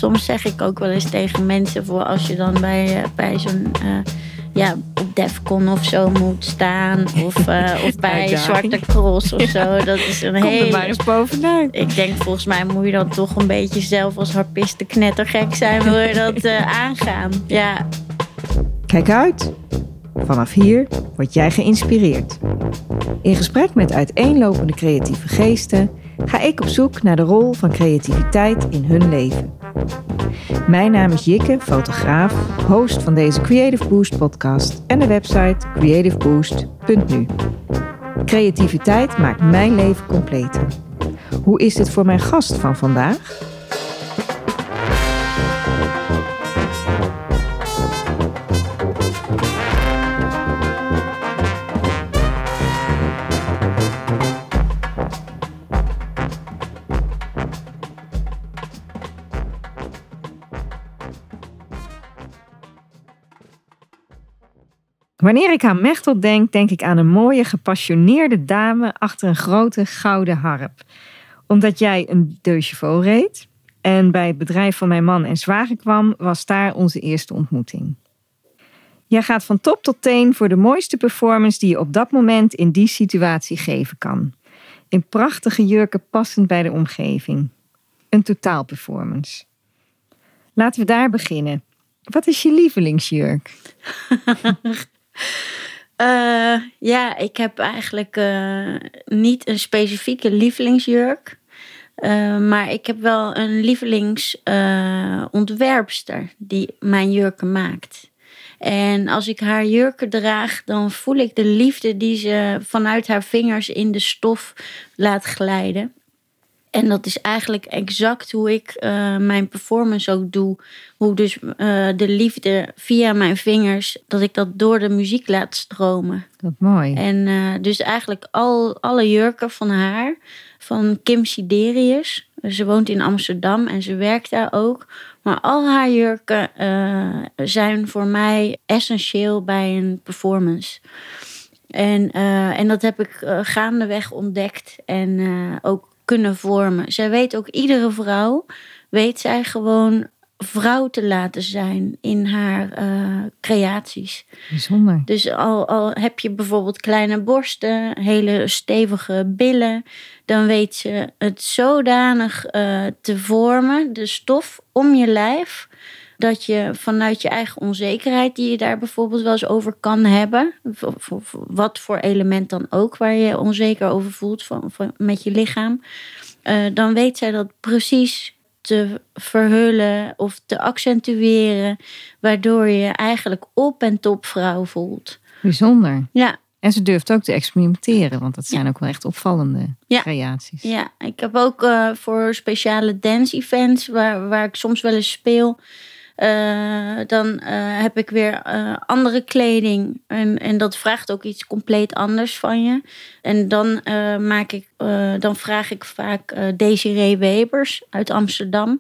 soms zeg ik ook wel eens tegen mensen, voor als je dan bij zo'n op Defcon of zo moet staan. Of bij Zwarte Cross of zo. Dat is een Kom er maar eens bovenuit. Ik denk, volgens mij moet je dan toch een beetje zelf als harpiste knettergek zijn. Wil je dat aangaan? Ja. Kijk uit. Vanaf hier word jij geïnspireerd. In gesprek met uiteenlopende creatieve geesten ga ik op zoek naar de rol van creativiteit in hun leven. Mijn naam is Jikke, fotograaf, host van deze Creative Boost podcast en de website creativeboost.nu. Creativiteit maakt mijn leven completer. Hoe is dit voor mijn gast van vandaag? Wanneer ik aan Mechtel denk, denk ik aan een mooie, gepassioneerde dame achter een grote gouden harp. Omdat jij een deux chevaux reed en bij het bedrijf van mijn man en zwager kwam, was daar onze eerste ontmoeting. Jij gaat van top tot teen voor de mooiste performance die je op dat moment in die situatie geven kan. In prachtige jurken passend bij de omgeving. Een totaalperformance. Laten we daar beginnen. Wat is je lievelingsjurk? Ik heb eigenlijk niet een specifieke lievelingsjurk. Maar ik heb wel een lievelingsontwerpster die mijn jurken maakt. En als ik haar jurken draag, dan voel ik de liefde die ze vanuit haar vingers in de stof laat glijden. En dat is eigenlijk exact hoe ik mijn performance ook doe. Hoe dus de liefde via mijn vingers, dat ik dat door de muziek laat stromen. Dat mooi. En dus eigenlijk alle jurken van haar, van Kim Siderius. Ze woont in Amsterdam en ze werkt daar ook. Maar al haar jurken zijn voor mij essentieel bij een performance. En dat heb ik gaandeweg ontdekt en ook kunnen vormen. Zij weet ook, iedere vrouw weet zij gewoon vrouw te laten zijn in haar creaties. Bijzonder. Dus al heb je bijvoorbeeld kleine borsten, hele stevige billen, dan weet ze het zodanig te vormen, de stof om je lijf, dat je vanuit je eigen onzekerheid, die je daar bijvoorbeeld wel eens over kan hebben, wat voor element dan ook waar je onzeker over voelt met je lichaam, dan weet zij dat precies te verhullen of te accentueren, waardoor je eigenlijk op en top vrouw voelt. Bijzonder. Ja. En ze durft ook te experimenteren, want dat zijn ook wel echt opvallende creaties. Ja, ik heb ook voor speciale dance-events, waar ik soms wel eens speel, dan heb ik weer andere kleding. En dat vraagt ook iets compleet anders van je. En dan vraag ik vaak Desiree Webers uit Amsterdam.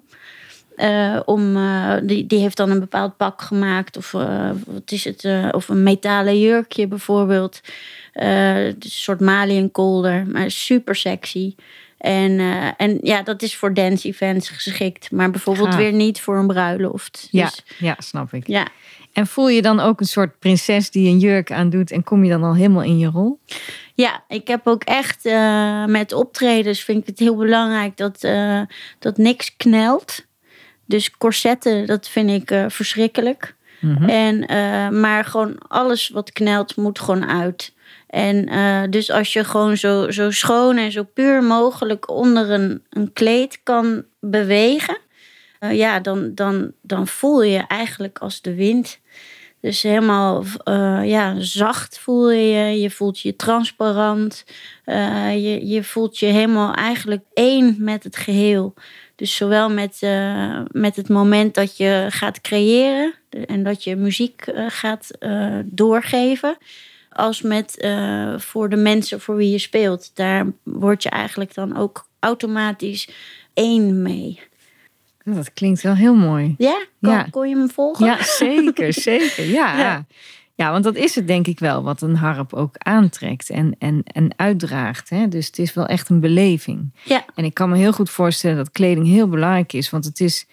Die heeft dan een bepaald pak gemaakt. Of wat is het? Of een metalen jurkje bijvoorbeeld. Een soort maliënkolder. Maar super sexy. En dat is voor dance events geschikt. Maar bijvoorbeeld weer niet voor een bruiloft. Dus, ja, snap ik. Ja. En voel je dan ook een soort prinses die een jurk aandoet en kom je dan al helemaal in je rol? Ja, ik heb ook echt met optredens vind ik het heel belangrijk dat niks knelt. Dus corsetten, dat vind ik verschrikkelijk. Mm-hmm. Maar gewoon alles wat knelt moet gewoon uit. En dus als je gewoon zo schoon en zo puur mogelijk onder een kleed kan bewegen, dan voel je eigenlijk als de wind. Dus helemaal zacht voel je. Je voelt je transparant. Je voelt je helemaal eigenlijk één met het geheel. Dus zowel met het moment dat je gaat creëren en dat je muziek gaat doorgeven, als met voor de mensen voor wie je speelt. Daar word je eigenlijk dan ook automatisch één mee. Dat klinkt wel heel mooi. Ja? Kon je me volgen? Ja, zeker, zeker. Ja. Ja, want dat is het denk ik wel wat een harp ook aantrekt en uitdraagt. Hè? Dus het is wel echt een beleving. Ja. En ik kan me heel goed voorstellen dat kleding heel belangrijk is. Want het is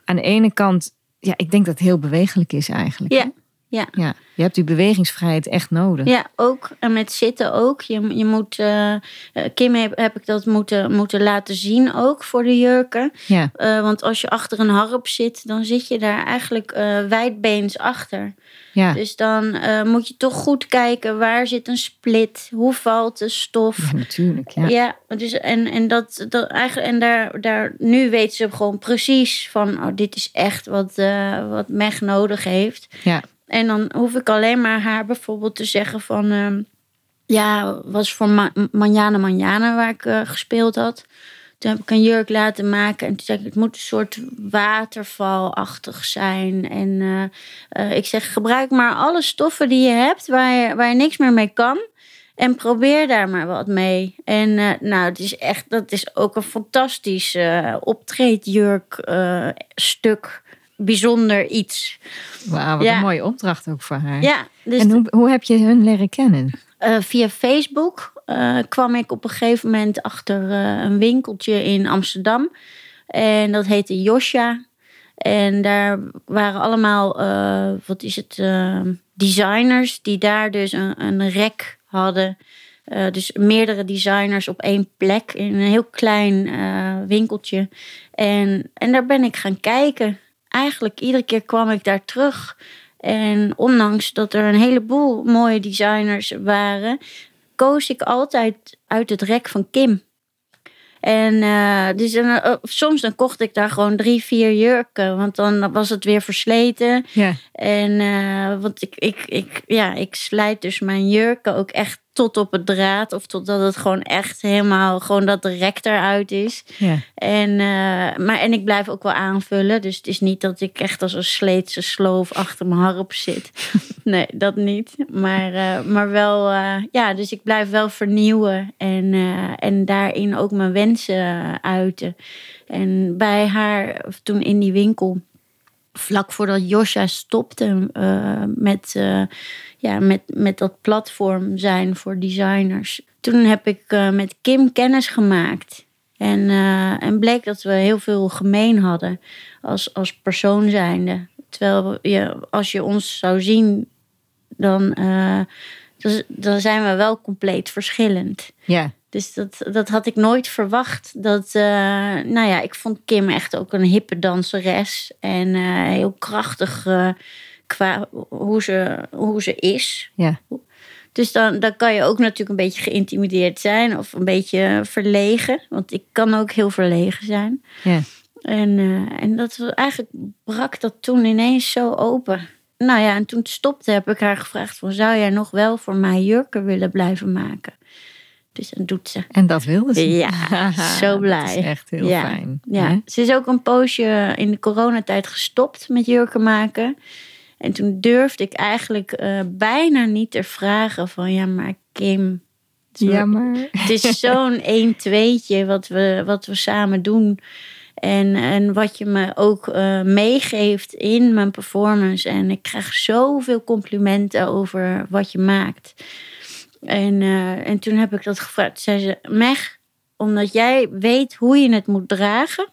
aan de ene kant, ik denk dat het heel bewegelijk is eigenlijk. Ja. Ja. Ja, je hebt die bewegingsvrijheid echt nodig. Ja, ook. En met zitten ook. Je moet, Kim heb ik dat moeten laten zien ook voor de jurken. Ja. Want als je achter een harp zit, dan zit je daar eigenlijk wijdbeens achter. Ja. Dus dan moet je toch goed kijken, waar zit een split? Hoe valt de stof? Ja, natuurlijk. Ja. Ja, dus en dat eigenlijk, en daar nu weten ze gewoon precies van, dit is echt wat Meg nodig heeft. Ja. En dan hoef ik alleen maar haar bijvoorbeeld te zeggen van... was voor Manjana waar ik gespeeld had. Toen heb ik een jurk laten maken. En toen zei ik, het moet een soort watervalachtig zijn. En ik zeg, gebruik maar alle stoffen die je hebt... waar je niks meer mee kan. En probeer daar maar wat mee. En het is echt, dat is ook een fantastisch optreedjurk stuk... Bijzonder iets. Wauw, wat een mooie opdracht ook voor haar. Ja, dus en hoe heb je hun leren kennen? Via Facebook kwam ik op een gegeven moment achter een winkeltje in Amsterdam. En dat heette Josja. En daar waren allemaal, designers die daar dus een rek hadden. Dus meerdere designers op één plek in een heel klein winkeltje. En daar ben ik gaan kijken. Eigenlijk iedere keer kwam ik daar terug. En ondanks dat er een heleboel mooie designers waren... koos ik altijd uit het rek van Kim. En soms dan kocht ik daar gewoon 3-4 jurken. Want dan was het weer versleten. Ja. En want ik slijt dus mijn jurken ook echt tot op het draad. Of totdat het gewoon echt helemaal, gewoon dat de rek eruit is. Ja. En ik blijf ook wel aanvullen. Dus het is niet dat ik echt als een sleetse sloof achter mijn harp zit. Nee, dat niet. Maar wel, dus ik blijf wel vernieuwen. En daarin ook mijn wensen uiten. En bij haar, toen in die winkel... Vlak voordat Josja stopte met dat platform zijn voor designers. Toen heb ik met Kim kennis gemaakt. En bleek dat we heel veel gemeen hadden als persoon zijnde. Terwijl als je ons zou zien, dan zijn we wel compleet verschillend. Ja. Dus dat had ik nooit verwacht. Ik vond Kim echt ook een hippe danseres. En heel krachtig qua hoe ze is. Ja. Dus dan kan je ook natuurlijk een beetje geïntimideerd zijn. Of een beetje verlegen. Want ik kan ook heel verlegen zijn. Ja. En eigenlijk brak dat toen ineens zo open. En toen het stopte heb ik haar gevraagd... zou jij nog wel voor mij jurken willen blijven maken? Dus dat doet ze. En dat wilde ze. Ja, zo blij. Dat is echt heel fijn. Ja. Hè? Ze is ook een poosje in de coronatijd gestopt met jurken maken. En toen durfde ik eigenlijk bijna niet te vragen van... ja, maar Kim... Jammer. Het is zo'n 1-2'tje wat we samen doen. En wat je me ook meegeeft in mijn performance. En ik krijg zoveel complimenten over wat je maakt... En toen heb ik dat gevraagd. Toen zei ze, Meg, omdat jij weet hoe je het moet dragen...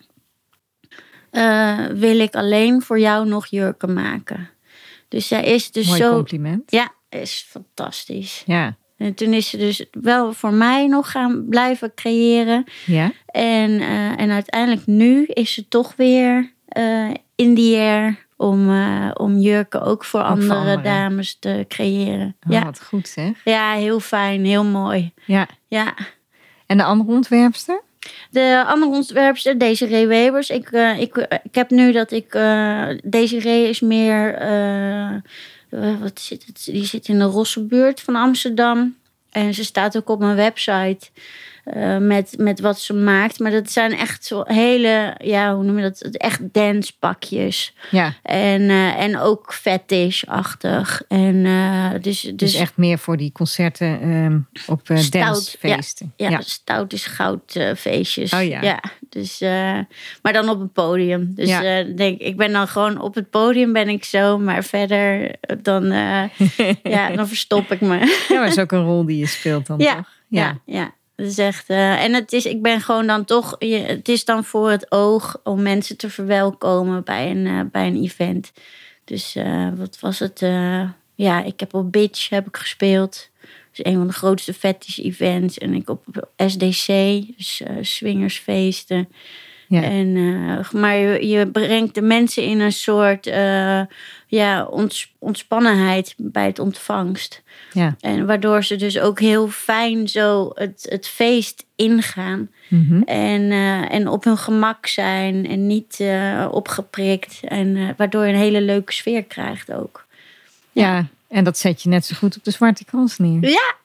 wil ik alleen voor jou nog jurken maken. Dus zij is dus Mooi compliment. Ja, is fantastisch. Ja. En toen is ze dus wel voor mij nog gaan blijven creëren. Ja. En uiteindelijk nu is ze toch weer in the air... Om jurken ook voor andere dames te creëren. Oh, ja. Wat goed zeg. Ja, heel fijn, heel mooi. Ja. Ja. En de andere ontwerpster? De andere ontwerpster, Desiree Webers. Ik heb nu dat ik... Desiree is meer... wat zit het? Die zit in de Rossenbuurt van Amsterdam. En ze staat ook op mijn website... met wat ze maakt. Maar dat zijn echt zo hele... Ja, hoe noem je dat? Echt dancepakjes. Ja. En ook fetish-achtig. Dus echt meer voor die concerten op dancefeesten. Ja, stout is goud feestjes. Oh ja. Ja, dus, maar dan op een podium. Dus ik ben dan gewoon op het podium ben ik zo. Maar verder dan verstop ik me. Ja, maar is ook een rol die je speelt dan toch? Ja. Het is echt, en ik ben gewoon dan toch, het is dan voor het oog om mensen te verwelkomen bij een event. Dus wat was het? Ik heb op Bitch heb ik gespeeld. Dus een van de grootste fetish events. En ik op SDC, dus swingersfeesten. Ja. Maar je brengt de mensen in een soort ontspannenheid bij het ontvangst. Ja. En waardoor ze dus ook heel fijn zo het feest ingaan. Mm-hmm. En op hun gemak zijn en niet opgeprikt. En waardoor je een hele leuke sfeer krijgt ook. Ja, en dat zet je net zo goed op de Zwarte Cross neer. Ja.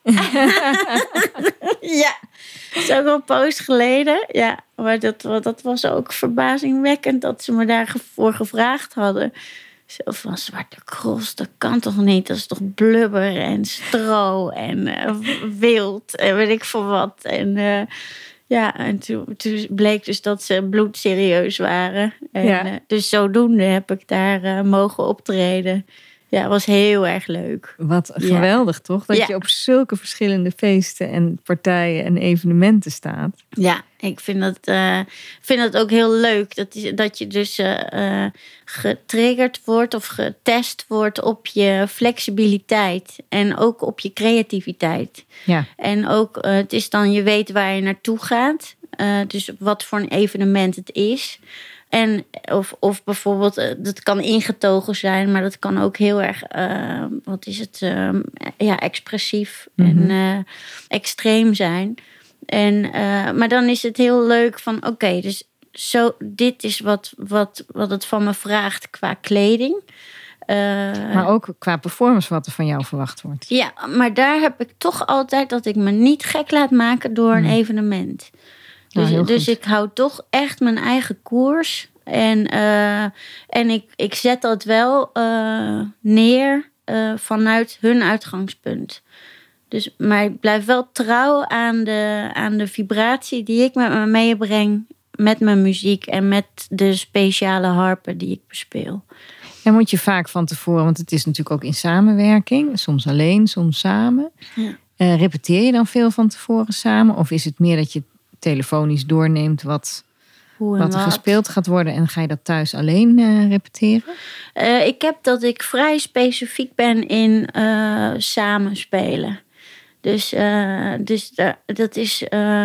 Ja. Dat is ook al een poos geleden. Ja, maar dat was ook verbazingwekkend dat ze me daarvoor gevraagd hadden. Zo van Zwarte Cross, dat kan toch niet? Dat is toch blubber en stro en wild en weet ik veel wat. En toen bleek dus dat ze bloedserieus waren. En, dus zodoende heb ik daar mogen optreden. Ja, het was heel erg leuk. Wat geweldig, toch? Dat je op zulke verschillende feesten en partijen en evenementen staat. Ja, ik vind dat ook heel leuk. Dat je dus getriggerd wordt of getest wordt op je flexibiliteit. En ook op je creativiteit. Ja. En ook, het is dan, je weet waar je naartoe gaat. Dus wat voor een evenement het is. En of bijvoorbeeld, dat kan ingetogen zijn, maar dat kan ook heel erg, expressief en extreem zijn. Maar dan is het heel leuk van, oké, dus dit is wat het van me vraagt qua kleding. Maar ook qua performance wat er van jou verwacht wordt. Ja, maar daar heb ik toch altijd dat ik me niet gek laat maken door een evenement. Dus ik hou toch echt mijn eigen koers. En ik zet dat wel neer vanuit hun uitgangspunt. Dus, maar ik blijf wel trouw aan de vibratie die ik met me meebreng. Met mijn muziek en met de speciale harpen die ik bespeel. En moet je vaak van tevoren, want het is natuurlijk ook in samenwerking. Soms alleen, soms samen. Ja. Repeteer je dan veel van tevoren samen? Of is het meer dat je telefonisch doorneemt wat er gespeeld gaat worden en ga je dat thuis alleen repeteren? Ik heb dat ik vrij specifiek ben in samenspelen. Dus dat is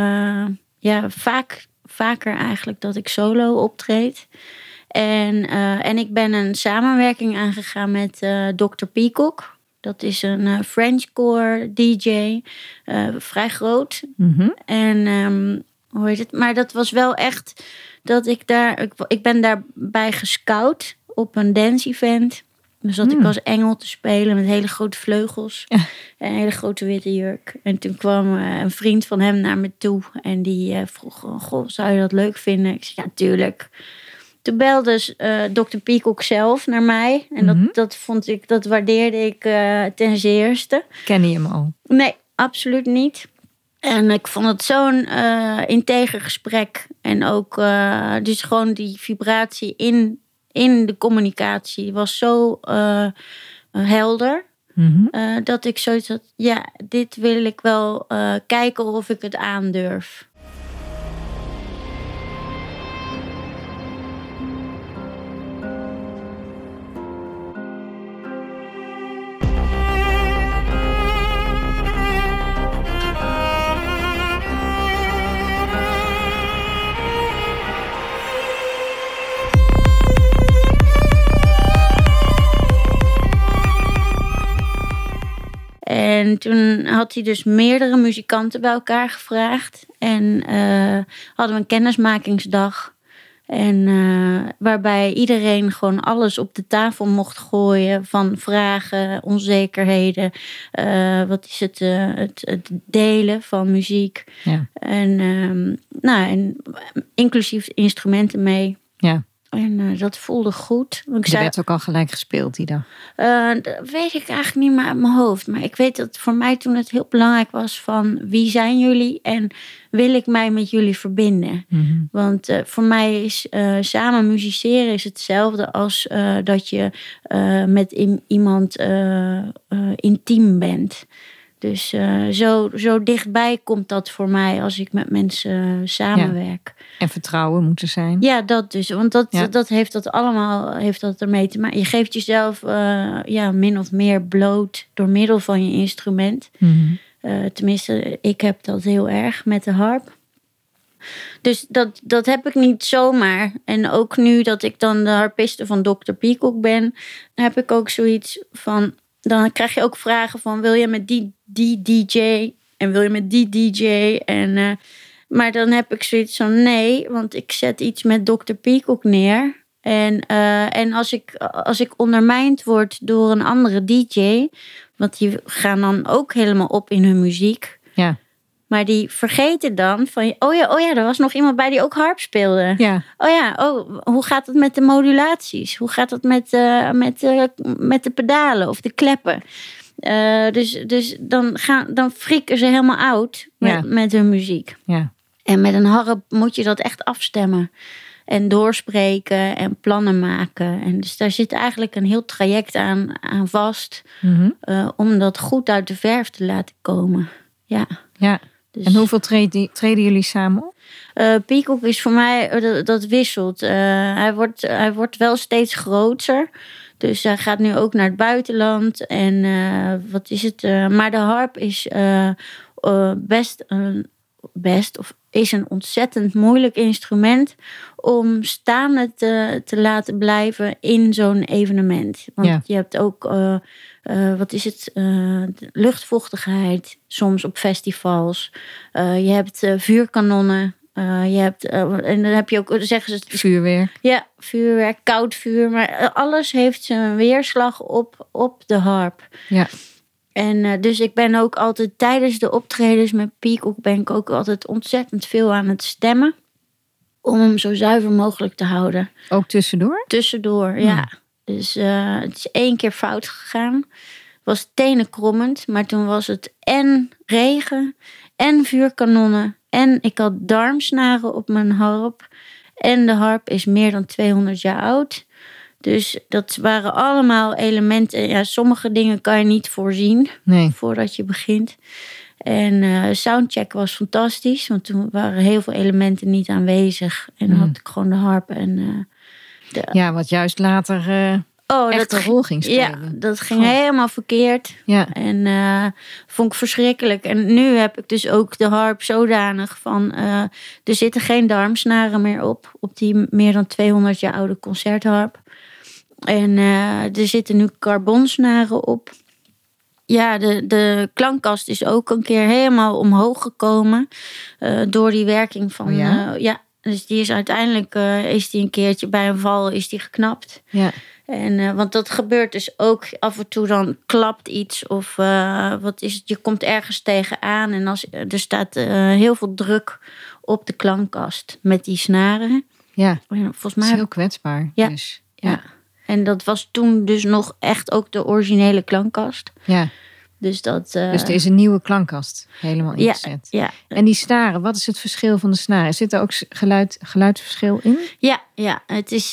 vaker eigenlijk dat ik solo optreed. En ik ben een samenwerking aangegaan met Dr. Peacock. Dat is een Frenchcore DJ, vrij groot. Mm-hmm. En hoe heet het? Maar dat was wel echt dat ik ben daarbij gescout op een dance event. Dus dat ik als engel te spelen met hele grote vleugels en een hele grote witte jurk. En toen kwam een vriend van hem naar me toe en die vroeg, goh, zou je dat leuk vinden? Ik zei, ja, tuurlijk. Toen belde Dr. Peacock zelf naar mij. En dat waardeerde ik ten zeerste. Ken je hem al? Nee, absoluut niet. En ik vond het zo'n integer gesprek. En ook dus gewoon die vibratie in de communicatie was zo helder. Mm-hmm. Dat ik zoiets had, ja, dit wil ik wel kijken of ik het aandurf. En toen had hij dus meerdere muzikanten bij elkaar gevraagd. En hadden we een kennismakingsdag. En waarbij iedereen gewoon alles op de tafel mocht gooien. Van vragen, onzekerheden. Wat is het delen van muziek. Ja. En inclusief instrumenten mee. Ja. En dat voelde goed. Werd ook al gelijk gespeeld die dag? Dat weet ik eigenlijk niet meer uit mijn hoofd. Maar ik weet dat voor mij toen het heel belangrijk was van wie zijn jullie en wil ik mij met jullie verbinden. Mm-hmm. Want voor mij is samen musiceren is hetzelfde als dat je met iemand intiem bent. Dus zo dichtbij komt dat voor mij als ik met mensen samenwerk. En vertrouwen moet er zijn. Ja, dat dus. Want dat heeft dat allemaal ermee te maken. Je geeft jezelf min of meer bloot door middel van je instrument. Mm-hmm. Tenminste, ik heb dat heel erg met de harp. Dus dat heb ik niet zomaar. En ook nu dat ik dan de harpiste van Dr. Peacock ben, heb ik ook zoiets van... Dan krijg je ook vragen van, wil je met die DJ? En wil je met die DJ? Maar dan heb ik zoiets van, nee, want ik zet iets met Dr. Peacock neer. En als ik ondermijnd word door een andere DJ... want die gaan dan ook helemaal op in hun muziek... Ja. Maar die vergeten dan van... Oh ja, er was nog iemand bij die ook harp speelde. Ja. Hoe gaat het met de modulaties? Hoe gaat het met de pedalen of de kleppen? Dus dan frieken ze helemaal oud met hun muziek. Ja. En met een harp moet je dat echt afstemmen. En doorspreken en plannen maken. En dus daar zit eigenlijk een heel traject aan vast. Mm-hmm. Om dat goed uit de verf te laten komen. Ja. Dus... En hoeveel treden jullie samen op? Peacock is voor mij, dat wisselt. Hij wordt wel steeds groter. Dus hij gaat nu ook naar het buitenland. En wat is het? Maar de harp is is een ontzettend moeilijk instrument om staande te laten blijven in zo'n evenement. Want je hebt ook, luchtvochtigheid soms op festivals. Je hebt vuurkanonnen. En dan heb je ook, zeggen ze... Vuurwerk. Ja, vuurwerk, koud vuur. Maar alles heeft zijn weerslag op de harp. Ja. En dus ik ben ook altijd tijdens de optredens met Peacock... ben ik ook altijd ontzettend veel aan het stemmen. Om hem zo zuiver mogelijk te houden. Ook tussendoor? Tussendoor, ja. Dus het is 1 keer fout gegaan. Het was tenenkrommend. Maar toen was het en regen en vuurkanonnen. En ik had darmsnaren op mijn harp. En de harp is meer dan 200 jaar oud. Dus dat waren allemaal elementen. Ja, sommige dingen kan je niet voorzien voordat je begint. En soundcheck was fantastisch. Want toen waren heel veel elementen niet aanwezig. En dan had ik gewoon de harp. Ja, wat juist later echt een rol ging spelen. Ja, dat ging helemaal verkeerd. Ja. En vond ik verschrikkelijk. En nu heb ik dus ook de harp zodanig van... er zitten geen darmsnaren meer op die meer dan 200 jaar oude concertharp. En er zitten nu carbonsnaren op. Ja, de klankkast is ook een keer helemaal omhoog gekomen. Door die werking van... dus die is uiteindelijk is die een keertje bij een val is die geknapt. Ja. En, want dat gebeurt dus ook af en toe, dan klapt iets. Of wat is het? Je komt ergens tegenaan. En er staat heel veel druk op de klankkast met die snaren. Ja, volgens mij is heel kwetsbaar. Ja. Dus, ja. En dat was toen dus nog echt ook de originele klankkast. Ja. Dus dus er is een nieuwe klankkast helemaal ingezet. Ja. En die snaren, wat is het verschil van de snaren? Zit er ook geluidsverschil in? Ja. Het is,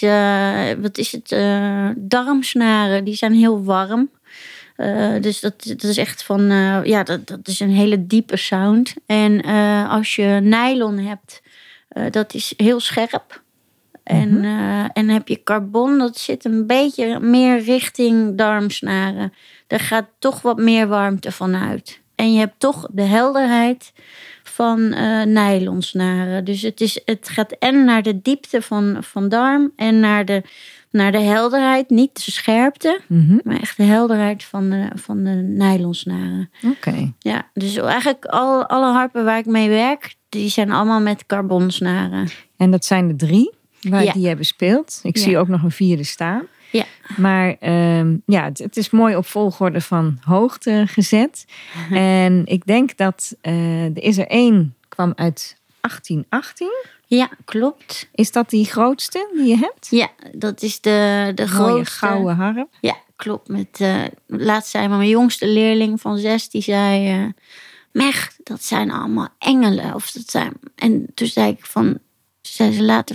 darmsnaren, die zijn heel warm. Dus dat is echt van, dat is een hele diepe sound. En als je nylon hebt, dat is heel scherp. En heb je carbon, dat zit een beetje meer richting darmsnaren. Daar gaat toch wat meer warmte van uit. En je hebt toch de helderheid van nylonsnaren. Dus het gaat en naar de diepte van darm en naar de helderheid. Niet de scherpte, maar echt de helderheid van de nylonsnaren. Oké. Ja, dus eigenlijk alle harpen waar ik mee werk, die zijn allemaal met carbonsnaren. En dat zijn de 3 waar die hebben speelt. Ik zie ook nog een 4e staan. Ja. Maar het is mooi op volgorde van hoogte gezet. En ik denk dat er is er 1 kwam uit 1818. Ja, klopt. Is dat die grootste die je hebt? Ja, dat is de grootste. Gouden harp. Ja, klopt. Laatst zei mijn jongste leerling van 6, die zei... Meg, dat zijn allemaal engelen. En toen zei ik zei ze later van...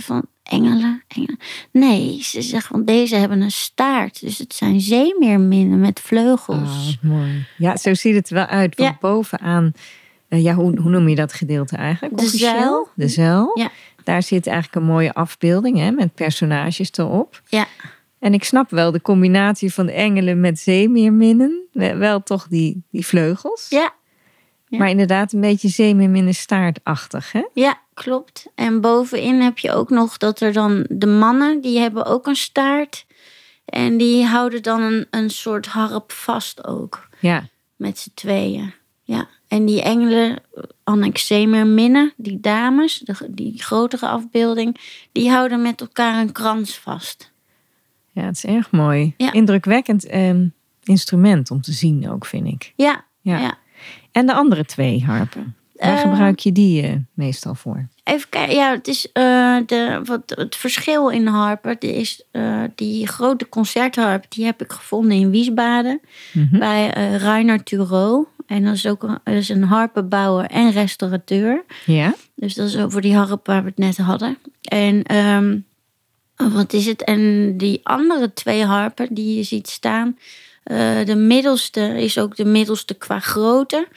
engelen. Nee, ze zegt, want deze hebben een staart. Dus het zijn zeemeerminnen met vleugels. Oh, wat mooi. Ja, zo ziet het er wel uit. Van bovenaan, hoe noem je dat gedeelte eigenlijk? De zuil. De zuil. Ja. Daar zit eigenlijk een mooie afbeelding, hè, met personages erop. Ja. En ik snap wel de combinatie van engelen met zeemeerminnen. Wel toch die vleugels. Ja. Ja. Maar inderdaad een beetje zeemeerminnen staartachtig, hè? Ja, klopt. En bovenin heb je ook nog dat er dan de mannen, die hebben ook een staart. En die houden dan een soort harp vast ook. Ja. Met z'n tweeën. Ja. En die engelen, annex zeemeerminnen, die dames, die grotere afbeelding, die houden met elkaar een krans vast. Ja, het is erg mooi. Ja. Indrukwekkend instrument om te zien ook, vind ik. Ja. En de andere 2 harpen? Waar gebruik je die meestal voor? Even kijken, ja, het is het verschil in harpen. Is die grote concertharp, die heb ik gevonden in Wiesbaden bij Rainer Thureau. En dat is ook een harpenbouwer en restaurateur. Ja. Dus dat is over die harp waar we het net hadden. En wat is het? En die andere 2 harpen die je ziet staan, de middelste is ook de middelste qua grootte.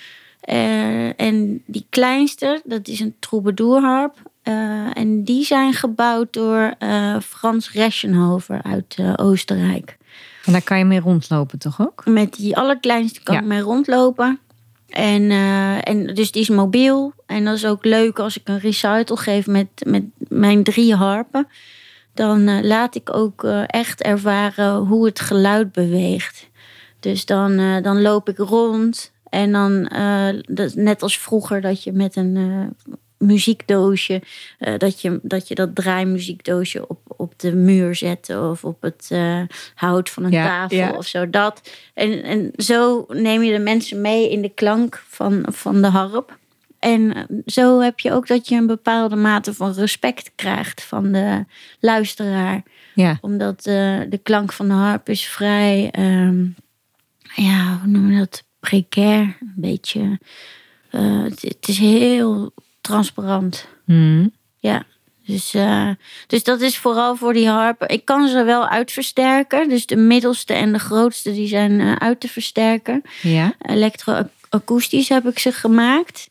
En die kleinste, dat is een troubadourharp. En die zijn gebouwd door Frans Reschenhofer uit Oostenrijk. En daar kan je mee rondlopen toch ook? Met die allerkleinste kan ik mee rondlopen. En dus die is mobiel. En dat is ook leuk als ik een recital geef met mijn 3 harpen. Dan laat ik ook echt ervaren hoe het geluid beweegt. Dus dan loop ik rond. En dan, net als vroeger, dat je met een muziekdoosje, dat je dat draaimuziekdoosje op de muur zette of op het hout van een tafel of zo. Dat. En zo neem je de mensen mee in de klank van de harp. En zo heb je ook dat je een bepaalde mate van respect krijgt van de luisteraar. Ja. Omdat de klank van de harp is vrij, hoe noem je dat? Precair, een beetje. Het is heel transparant. Ja, dus dat is vooral voor die harpen. Ik kan ze wel uitversterken. Dus de middelste en de grootste, die zijn uit te versterken. Ja. Elektroakoestisch heb ik ze gemaakt.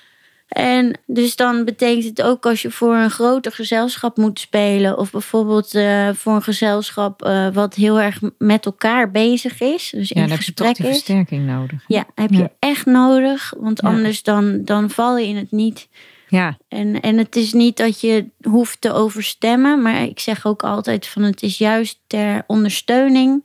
En dus dan betekent het ook als je voor een groter gezelschap moet spelen, of bijvoorbeeld voor een gezelschap wat heel erg met elkaar bezig is, dus in dan heb je toch die versterking nodig. Ja, heb je echt nodig, want anders dan val je in het niet. Ja. En het is niet dat je hoeft te overstemmen, maar ik zeg ook altijd van het is juist ter ondersteuning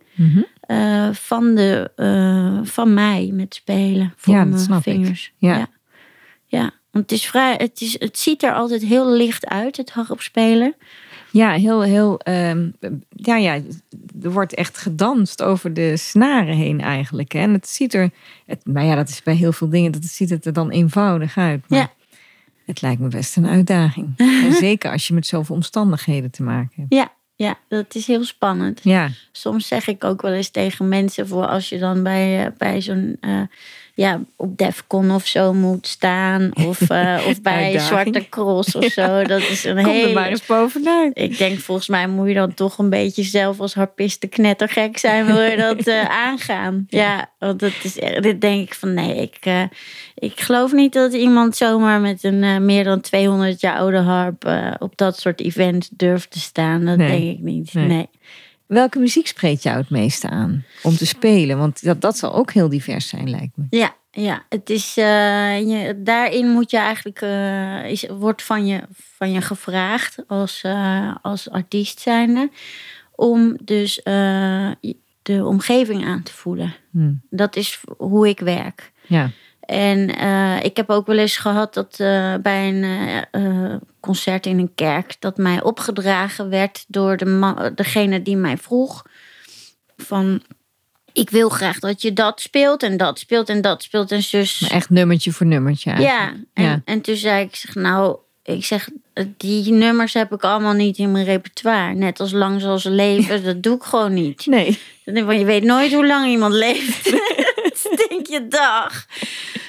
van mij met spelen voor mijn vingers. Ja. Want het ziet er altijd heel licht uit, het harpspelen. Ja, heel. Er wordt echt gedanst over de snaren heen eigenlijk. Hè? En het ziet er. Dat is bij heel veel dingen. Dat ziet het er dan eenvoudig uit. Maar het lijkt me best een uitdaging. En zeker als je met zoveel omstandigheden te maken hebt. Ja, dat is heel spannend. Ja. Soms zeg ik ook wel eens tegen mensen, voor als je dan bij zo'n op Defcon of zo moet staan. Of bij Zwarte Cross of zo. Dat is een Kom er maar eens bovenuit. Ik denk, volgens mij moet je dan toch een beetje zelf als harpiste knettergek zijn. Wil je dat aangaan? Ja, want dit denk ik van nee. Ik geloof niet dat iemand zomaar met een meer dan 200 jaar oude harp op dat soort events durft te staan. Dat denk ik niet. Nee. Welke muziek spreekt jou het meeste aan om te spelen? Want dat zal ook heel divers zijn, lijkt me. Ja, het is daarin moet je eigenlijk wordt van je gevraagd als artiest zijnde om dus de omgeving aan te voelen. Dat is hoe ik werk. Ja. En ik heb ook wel eens gehad dat bij een concert in een kerk dat mij opgedragen werd door degene die mij vroeg van ik wil graag dat je dat speelt en dat speelt en dat speelt en zus. Maar echt nummertje voor nummertje eigenlijk. En toen zei ik zeg, die nummers heb ik allemaal niet in mijn repertoire. Net als Lang zal ze leven, dat doe ik gewoon niet. Nee. Want je weet nooit hoe lang iemand leeft. Dan denk je, dag.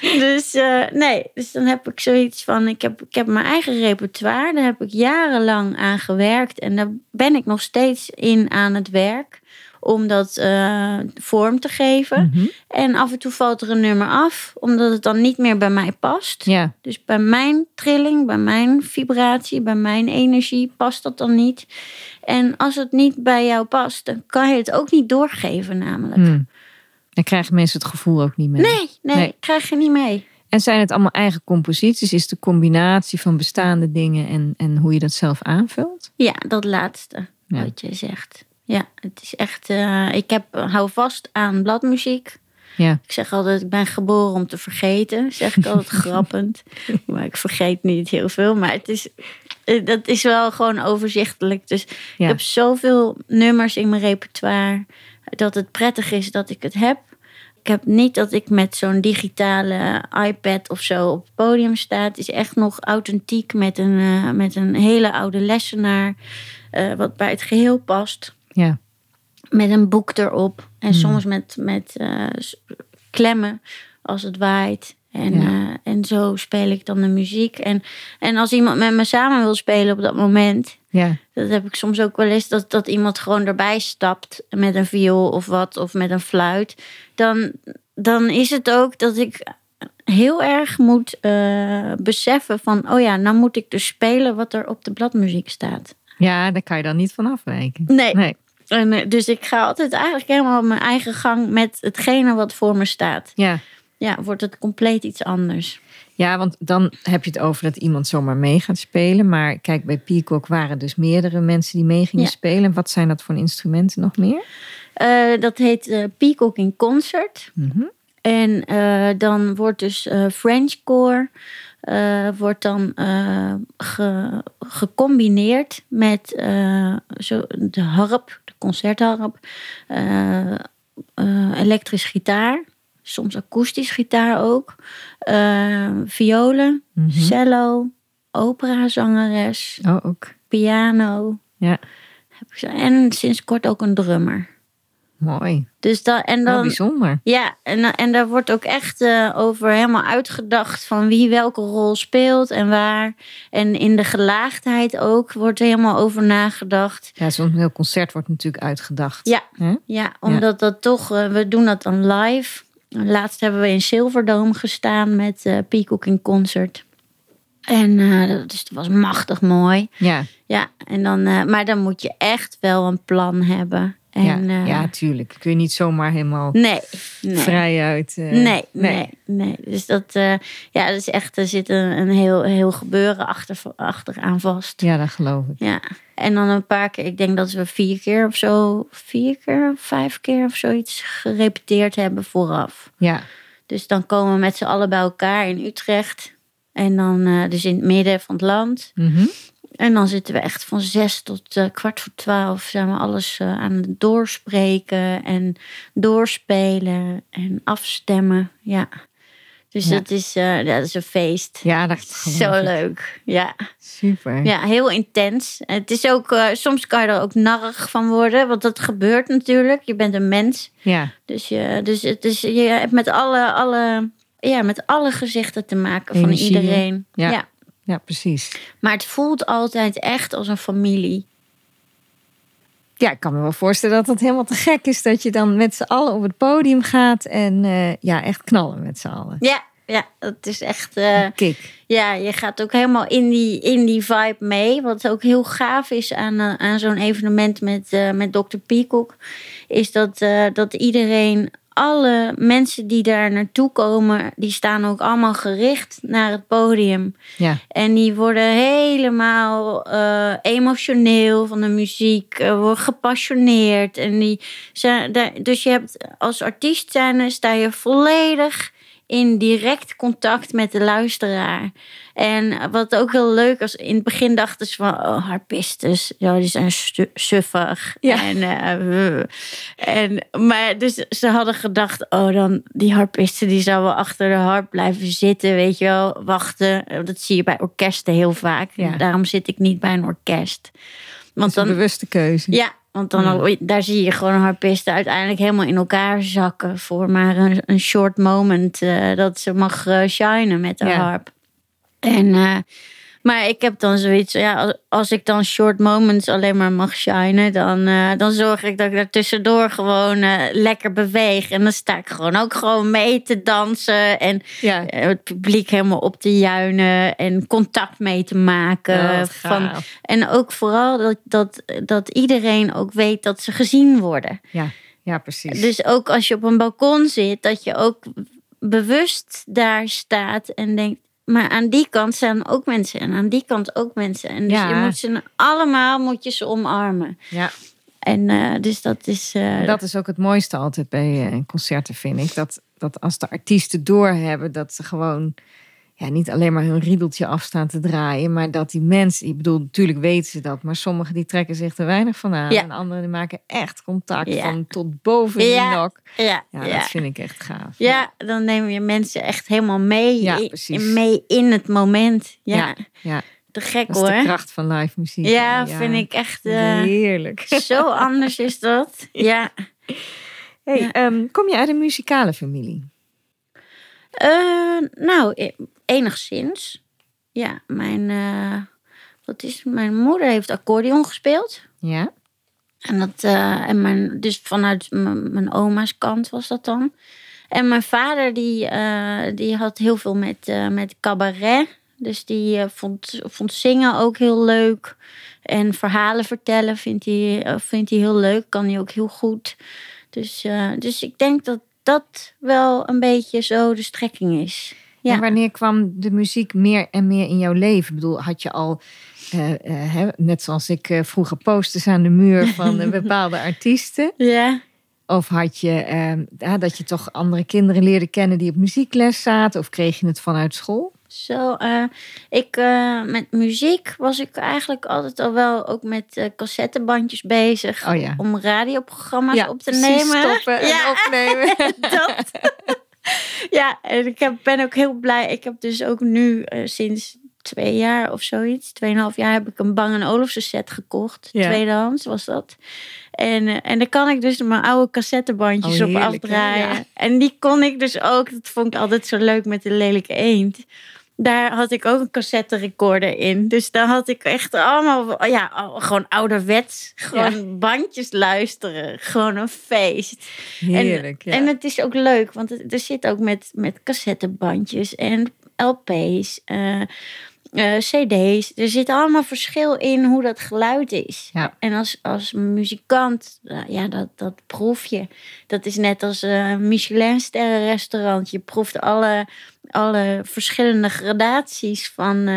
Dus dan heb ik zoiets van, ik heb mijn eigen repertoire. Daar heb ik jarenlang aan gewerkt. En daar ben ik nog steeds in aan het werk. Om dat vorm te geven. Mhm. En af en toe valt er een nummer af. Omdat het dan niet meer bij mij past. Ja. Dus bij mijn trilling, bij mijn vibratie, bij mijn energie past dat dan niet. En als het niet bij jou past, dan kan je het ook niet doorgeven namelijk. Dan krijgen mensen het gevoel ook niet mee. Nee, krijg je niet mee. En zijn het allemaal eigen composities? Is de combinatie van bestaande dingen en hoe je dat zelf aanvult? Ja, dat laatste wat je zegt. Ja, het is echt... hou vast aan bladmuziek. Ja. Ik zeg altijd, ik ben geboren om te vergeten. Zeg ik altijd grappend. Maar ik vergeet niet heel veel. Maar dat is wel gewoon overzichtelijk. Dus ik heb zoveel nummers in mijn repertoire. Dat het prettig is dat ik het heb. Ik heb niet dat ik met zo'n digitale iPad of zo op het podium sta. Het is echt nog authentiek met een hele oude lessenaar. Wat bij het geheel past. Ja. Met een boek erop. En soms met klemmen als het waait. En zo speel ik dan de muziek. En als iemand met me samen wil spelen op dat moment... Ja. Dat heb ik soms ook wel eens. Dat iemand gewoon erbij stapt met een viool of wat. Of met een fluit. Dan is het ook dat ik heel erg moet beseffen van... oh ja, nou moet ik dus spelen wat er op de bladmuziek staat. Ja, daar kan je dan niet van afwijken. Nee. En, dus ik ga altijd eigenlijk helemaal op mijn eigen gang... met hetgene wat voor me staat. Ja, wordt het compleet iets anders. Ja, want dan heb je het over dat iemand zomaar mee gaat spelen. Maar kijk, bij Peacock waren dus meerdere mensen die mee gingen spelen. Wat zijn dat voor instrumenten nog meer? Dat heet Peacock in Concert. Mm-hmm. En dan wordt dus Frenchcore... wordt dan gecombineerd met de harp, de concertharp, elektrisch gitaar, soms akoestisch gitaar ook, violen, cello, operazangeres, ook piano. Ja. En sinds kort ook een drummer. Mooi. Dus dan bijzonder. Ja, en daar wordt ook echt over helemaal uitgedacht van wie welke rol speelt en waar. En in de gelaagdheid ook wordt er helemaal over nagedacht. Ja, zo'n heel concert wordt natuurlijk uitgedacht. Ja, omdat dat toch, we doen dat dan live. Laatst hebben we in Silverdome gestaan met Peacock in Concert. En dus dat was machtig mooi. Ja, en dan, maar dan moet je echt wel een plan hebben. En, ja, tuurlijk. Kun je niet zomaar helemaal vrij uit. Nee. Dus dat is echt, er zit een heel gebeuren achteraan vast. Ja, dat geloof ik. Ja. En dan een paar keer, ik denk dat we 4 keer of zo, 5 keer of zoiets gerepeteerd hebben vooraf. Ja. Dus dan komen we met z'n allen bij elkaar in Utrecht. En dan dus in het midden van het land. Mm-hmm. En dan zitten we echt van 6 tot 11:15 zijn we alles aan het doorspreken en doorspelen en afstemmen. Ja. Dus dat is een feest. Ja, dat is zo leuk. Ja. Super. Ja, heel intens. Het is ook, soms kan je er ook narrig van worden, want dat gebeurt natuurlijk. Je bent een mens. Ja. Dus je hebt met alle gezichten te maken van iedereen. Ja, precies. Maar het voelt altijd echt als een familie. Ja, ik kan me wel voorstellen dat het helemaal te gek is... dat je dan met z'n allen op het podium gaat... en echt knallen met z'n allen. Ja, dat is echt... kick. Ja, je gaat ook helemaal in die vibe mee. Wat ook heel gaaf is aan zo'n evenement met Dr. Peacock... is dat iedereen... Alle mensen die daar naartoe komen, die staan ook allemaal gericht naar het podium. Ja. En die worden helemaal emotioneel van de muziek, worden gepassioneerd. En dus je hebt als artiest zijnde sta je volledig in direct contact met de luisteraar. En wat ook heel leuk was, in het begin dachten ze van... harpistes, die zijn suffig. Ja. Maar dus ze hadden gedacht... dan die harpisten, die zou wel achter de harp blijven zitten, weet je wel, wachten. Dat zie je bij orkesten heel vaak. Ja. Daarom zit ik niet bij een orkest. Want dat is een bewuste keuze. Ja, Want dan, daar zie je gewoon harpisten uiteindelijk helemaal in elkaar zakken voor maar een short moment dat ze mag shinen met de harp. Maar ik heb dan zoiets, ja, als ik dan short moments alleen maar mag shinen, dan zorg ik dat ik daar tussendoor gewoon lekker beweeg. En dan sta ik gewoon mee te dansen en het publiek helemaal op te juinen en contact mee te maken. En ook vooral dat iedereen ook weet dat ze gezien worden. Ja, precies. Dus ook als je op een balkon zit, dat je ook bewust daar staat en denkt, maar aan die kant staan ook mensen en aan die kant ook mensen. En dus je moet ze allemaal omarmen. Ja. En dus dat is... Dat is ook het mooiste altijd bij concerten, vind ik. Dat als de artiesten doorhebben dat ze gewoon niet alleen maar hun riedeltje afstaan te draaien, maar dat die mensen, ik bedoel, natuurlijk weten ze dat, maar sommigen die trekken zich er weinig van aan. En anderen die maken echt contact van tot boven die nok. Dat vind ik echt gaaf. Ja, dan neem je mensen echt helemaal mee, mee in het moment. Ja. Te gek hoor. Dat is de kracht van live muziek. Ja, vind ik echt heerlijk. Zo anders is dat. Ja. Hey, kom je uit een muzikale familie? Nou, enigszins. Ja, mijn moeder heeft accordeon gespeeld. Ja. En dus vanuit mijn oma's kant was dat dan. En mijn vader die had heel veel met cabaret. Dus die vond zingen ook heel leuk. En verhalen vertellen vindt hij heel leuk. Kan hij ook heel goed. Dus ik denk dat wel een beetje zo de strekking is. Ja. En wanneer kwam de muziek meer en meer in jouw leven? Ik bedoel, had je al, net zoals ik vroeger posters aan de muur van bepaalde artiesten? Ja. Of had je dat je toch andere kinderen leerde kennen die op muziekles zaten? Of kreeg je het vanuit school? Met muziek was ik eigenlijk altijd al wel ook met cassettebandjes bezig. Oh ja. Om radioprogramma's op te nemen. Stoppen en opnemen. Dat. Ja, en ik ben ook heel blij. Ik heb dus ook nu sinds 2 jaar of zoiets, 2,5 jaar, heb ik een Bang & Olufsen set gekocht. Ja. Tweedehands was dat. En daar kan ik dus mijn oude cassettebandjes op afdraaien. Ja. En die kon ik dus ook, dat vond ik altijd zo leuk met de Lelijke Eend. Daar had ik ook een cassette recorder in. Dus daar had ik echt allemaal, gewoon ouderwets. Gewoon bandjes luisteren. Gewoon een feest. Heerlijk, en het is ook leuk, want er zit ook met cassettebandjes en LP's, CD's. Er zit allemaal verschil in hoe dat geluid is. Ja. En als muzikant, dat proef je. Dat is net als een Michelin-sterrenrestaurant. Je proeft alle verschillende gradaties van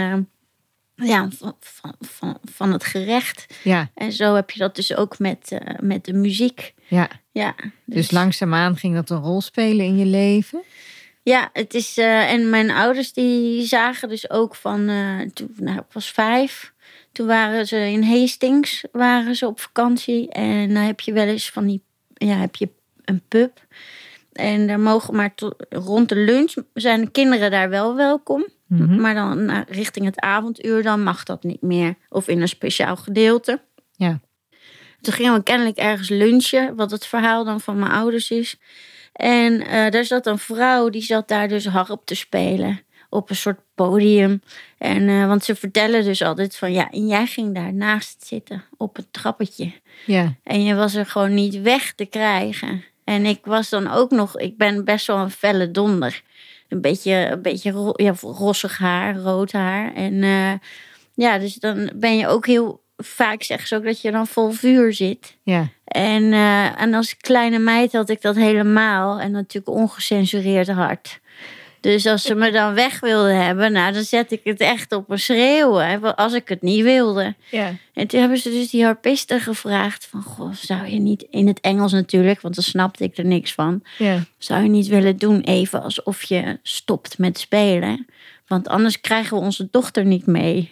het gerecht. Ja. En zo heb je dat dus ook met de muziek. Ja. Dus langzaamaan ging dat een rol spelen in je leven? Ja, het is. En mijn ouders die zagen dus ook van. Toen ik was 5. Toen waren ze in Hastings op vakantie. En dan heb je wel eens van die. Ja, heb je een pub. En daar mogen maar rond de lunch zijn de kinderen daar wel welkom. Mm-hmm. Maar dan richting het avonduur dan mag dat niet meer. Of in een speciaal gedeelte. Ja. Toen gingen we kennelijk ergens lunchen. Wat het verhaal dan van mijn ouders is. En daar zat een vrouw, die zat daar dus harp te spelen. Op een soort podium. En want ze vertellen dus altijd van, en jij ging daar naast zitten. Op het trappetje. Ja. En je was er gewoon niet weg te krijgen. En ik was dan ook nog, ik ben best wel een felle donder. Een beetje rossig haar, rood haar. En dus dan ben je ook heel, vaak zeggen ze ook dat je dan vol vuur zit. Ja. En als kleine meid had ik dat helemaal. En natuurlijk ongecensureerd hard. Dus als ze me dan weg wilden hebben, dan zet ik het echt op een schreeuwen. Als ik het niet wilde. Ja. En toen hebben ze dus die harpisten gevraagd van, goh, zou je niet, in het Engels natuurlijk, want dan snapte ik er niks van. Ja. Zou je niet willen doen even alsof je stopt met spelen? Want anders krijgen we onze dochter niet mee.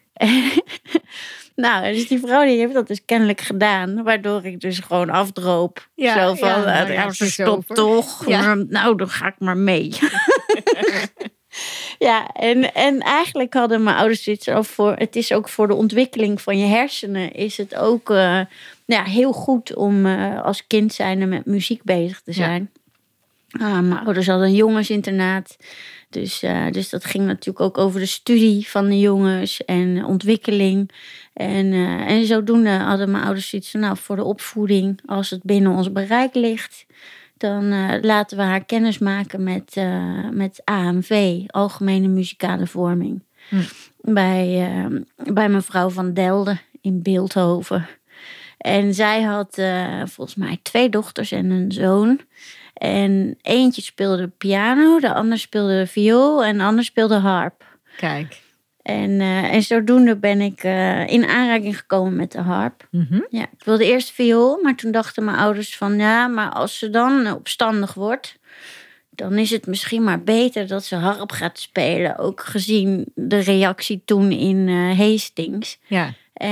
Nou, dus die vrouw die heeft dat dus kennelijk gedaan. Waardoor ik dus gewoon afdroop. Ja, zo van, ze stopt toch. Ja. Nou, dan ga ik maar mee. Ja, en eigenlijk hadden mijn ouders dit al voor. Het is ook voor de ontwikkeling van je hersenen. Is het ook heel goed om als kind zijnde met muziek bezig te zijn. Mijn ouders hadden een jongensinternaat. Dus dat ging natuurlijk ook over de studie van de jongens en ontwikkeling. En zodoende hadden mijn ouders zoiets van, voor de opvoeding, als het binnen ons bereik ligt, dan laten we haar kennis maken met AMV, Algemene Muzikale Vorming. Bij mevrouw Van Delden in Beeldhoven. En zij had volgens mij 2 dochters en een zoon. En eentje speelde piano, de ander speelde viool en de ander speelde harp. Kijk. En zodoende ben ik in aanraking gekomen met de harp. Mm-hmm. Ja, ik wilde eerst viool, maar toen dachten mijn ouders van, maar als ze dan opstandig wordt, dan is het misschien maar beter dat ze harp gaat spelen. Ook gezien de reactie toen in Hastings. Ja.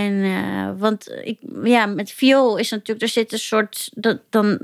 En want met viool is natuurlijk, er zit een soort, dan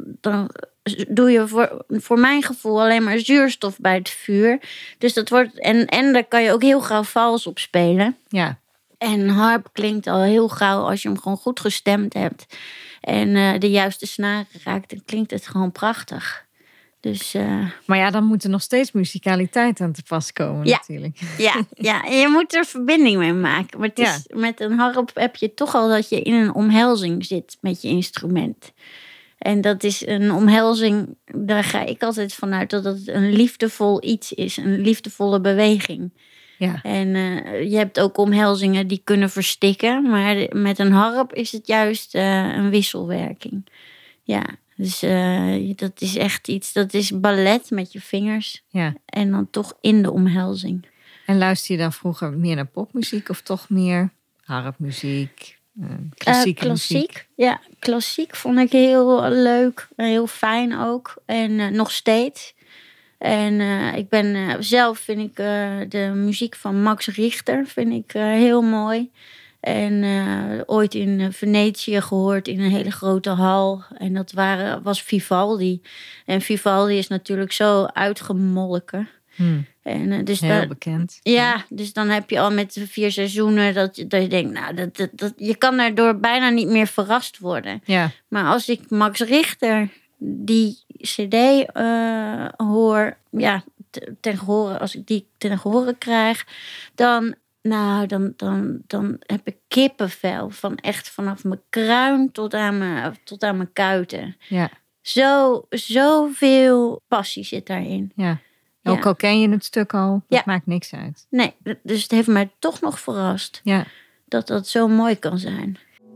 doe je voor mijn gevoel alleen maar zuurstof bij het vuur. Dus dat wordt, en daar kan je ook heel gauw vals op spelen. Ja. En harp klinkt al heel gauw als je hem gewoon goed gestemd hebt. En de juiste snaren raakt, dan klinkt het gewoon prachtig. Dus, maar dan moet er nog steeds muzikaliteit aan te pas komen natuurlijk. Ja, en je moet er verbinding mee maken. Maar met een harp heb je toch al dat je in een omhelzing zit met je instrument. En dat is een omhelzing, daar ga ik altijd vanuit dat het een liefdevol iets is. Een liefdevolle beweging. Ja. En je hebt ook omhelzingen die kunnen verstikken. Maar met een harp is het juist een wisselwerking. Ja, dus dat is echt iets, dat is ballet met je vingers. Ja. En dan toch in de omhelzing. En luister je dan vroeger meer naar popmuziek of toch meer harpmuziek? Klassiek. Ja, klassiek vond ik heel leuk. Heel fijn ook. En nog steeds. En ik ben zelf, vind ik de muziek van Max Richter vind ik heel mooi. En ooit in Venetië gehoord in een hele grote hal. En dat was Vivaldi. En Vivaldi is natuurlijk zo uitgemolken. En, dus heel bekend. Ja, dus dan heb je al met de 4 seizoenen dat je denkt, je kan daardoor bijna niet meer verrast worden. Ja. Maar als ik Max Richter die CD hoor, als ik die ten gehore krijg, dan heb ik kippenvel van echt vanaf mijn kruin tot aan mijn kuiten. Ja. Zoveel passie zit daarin. Ja. Ook al ken je het stuk al, dat maakt niks uit. Nee, dus het heeft mij toch nog verrast. Ja. Dat zo mooi kan zijn.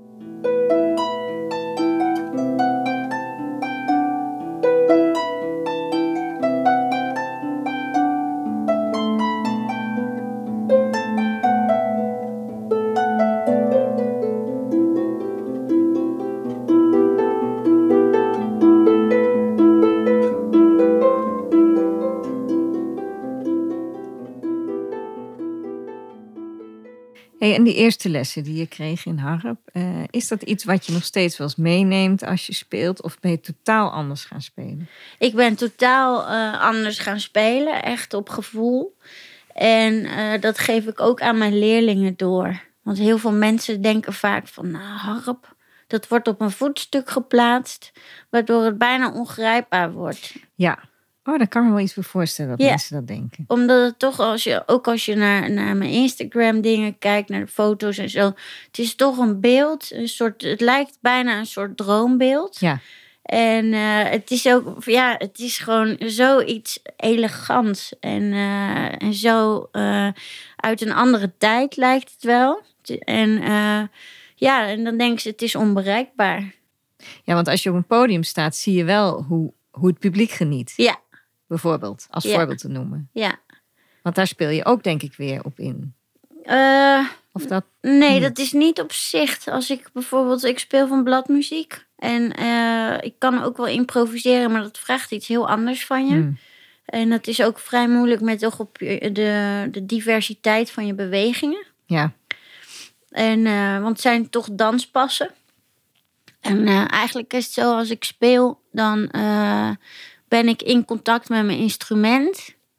En die eerste lessen die je kreeg in harp, is dat iets wat je nog steeds wel eens meeneemt als je speelt? Of ben je totaal anders gaan spelen? Ik ben totaal anders gaan spelen, echt op gevoel. En dat geef ik ook aan mijn leerlingen door. Want heel veel mensen denken vaak van, harp, dat wordt op een voetstuk geplaatst, waardoor het bijna ongrijpbaar wordt. Ja. Oh, daar kan ik me wel iets voor voorstellen dat mensen dat denken. Omdat het toch, als je naar mijn Instagram dingen kijkt, naar de foto's en zo. Het is toch een beeld, het lijkt bijna een soort droombeeld. Ja. En het is ook, het is gewoon zoiets elegants. En zo uit een andere tijd lijkt het wel. En dan denken ze, het is onbereikbaar. Ja, want als je op een podium staat, zie je wel hoe het publiek geniet. Ja. Bijvoorbeeld, als voorbeeld te noemen. Ja. Want daar speel je ook denk ik weer op in. Of dat? Nee, dat is niet op zicht. Als ik bijvoorbeeld, ik speel van bladmuziek. En ik kan ook wel improviseren, maar dat vraagt iets heel anders van je. En dat is ook vrij moeilijk met oog op de diversiteit van je bewegingen. Ja. En, want het zijn toch danspassen. En eigenlijk is het zo, als ik speel, dan ben ik in contact met mijn instrument.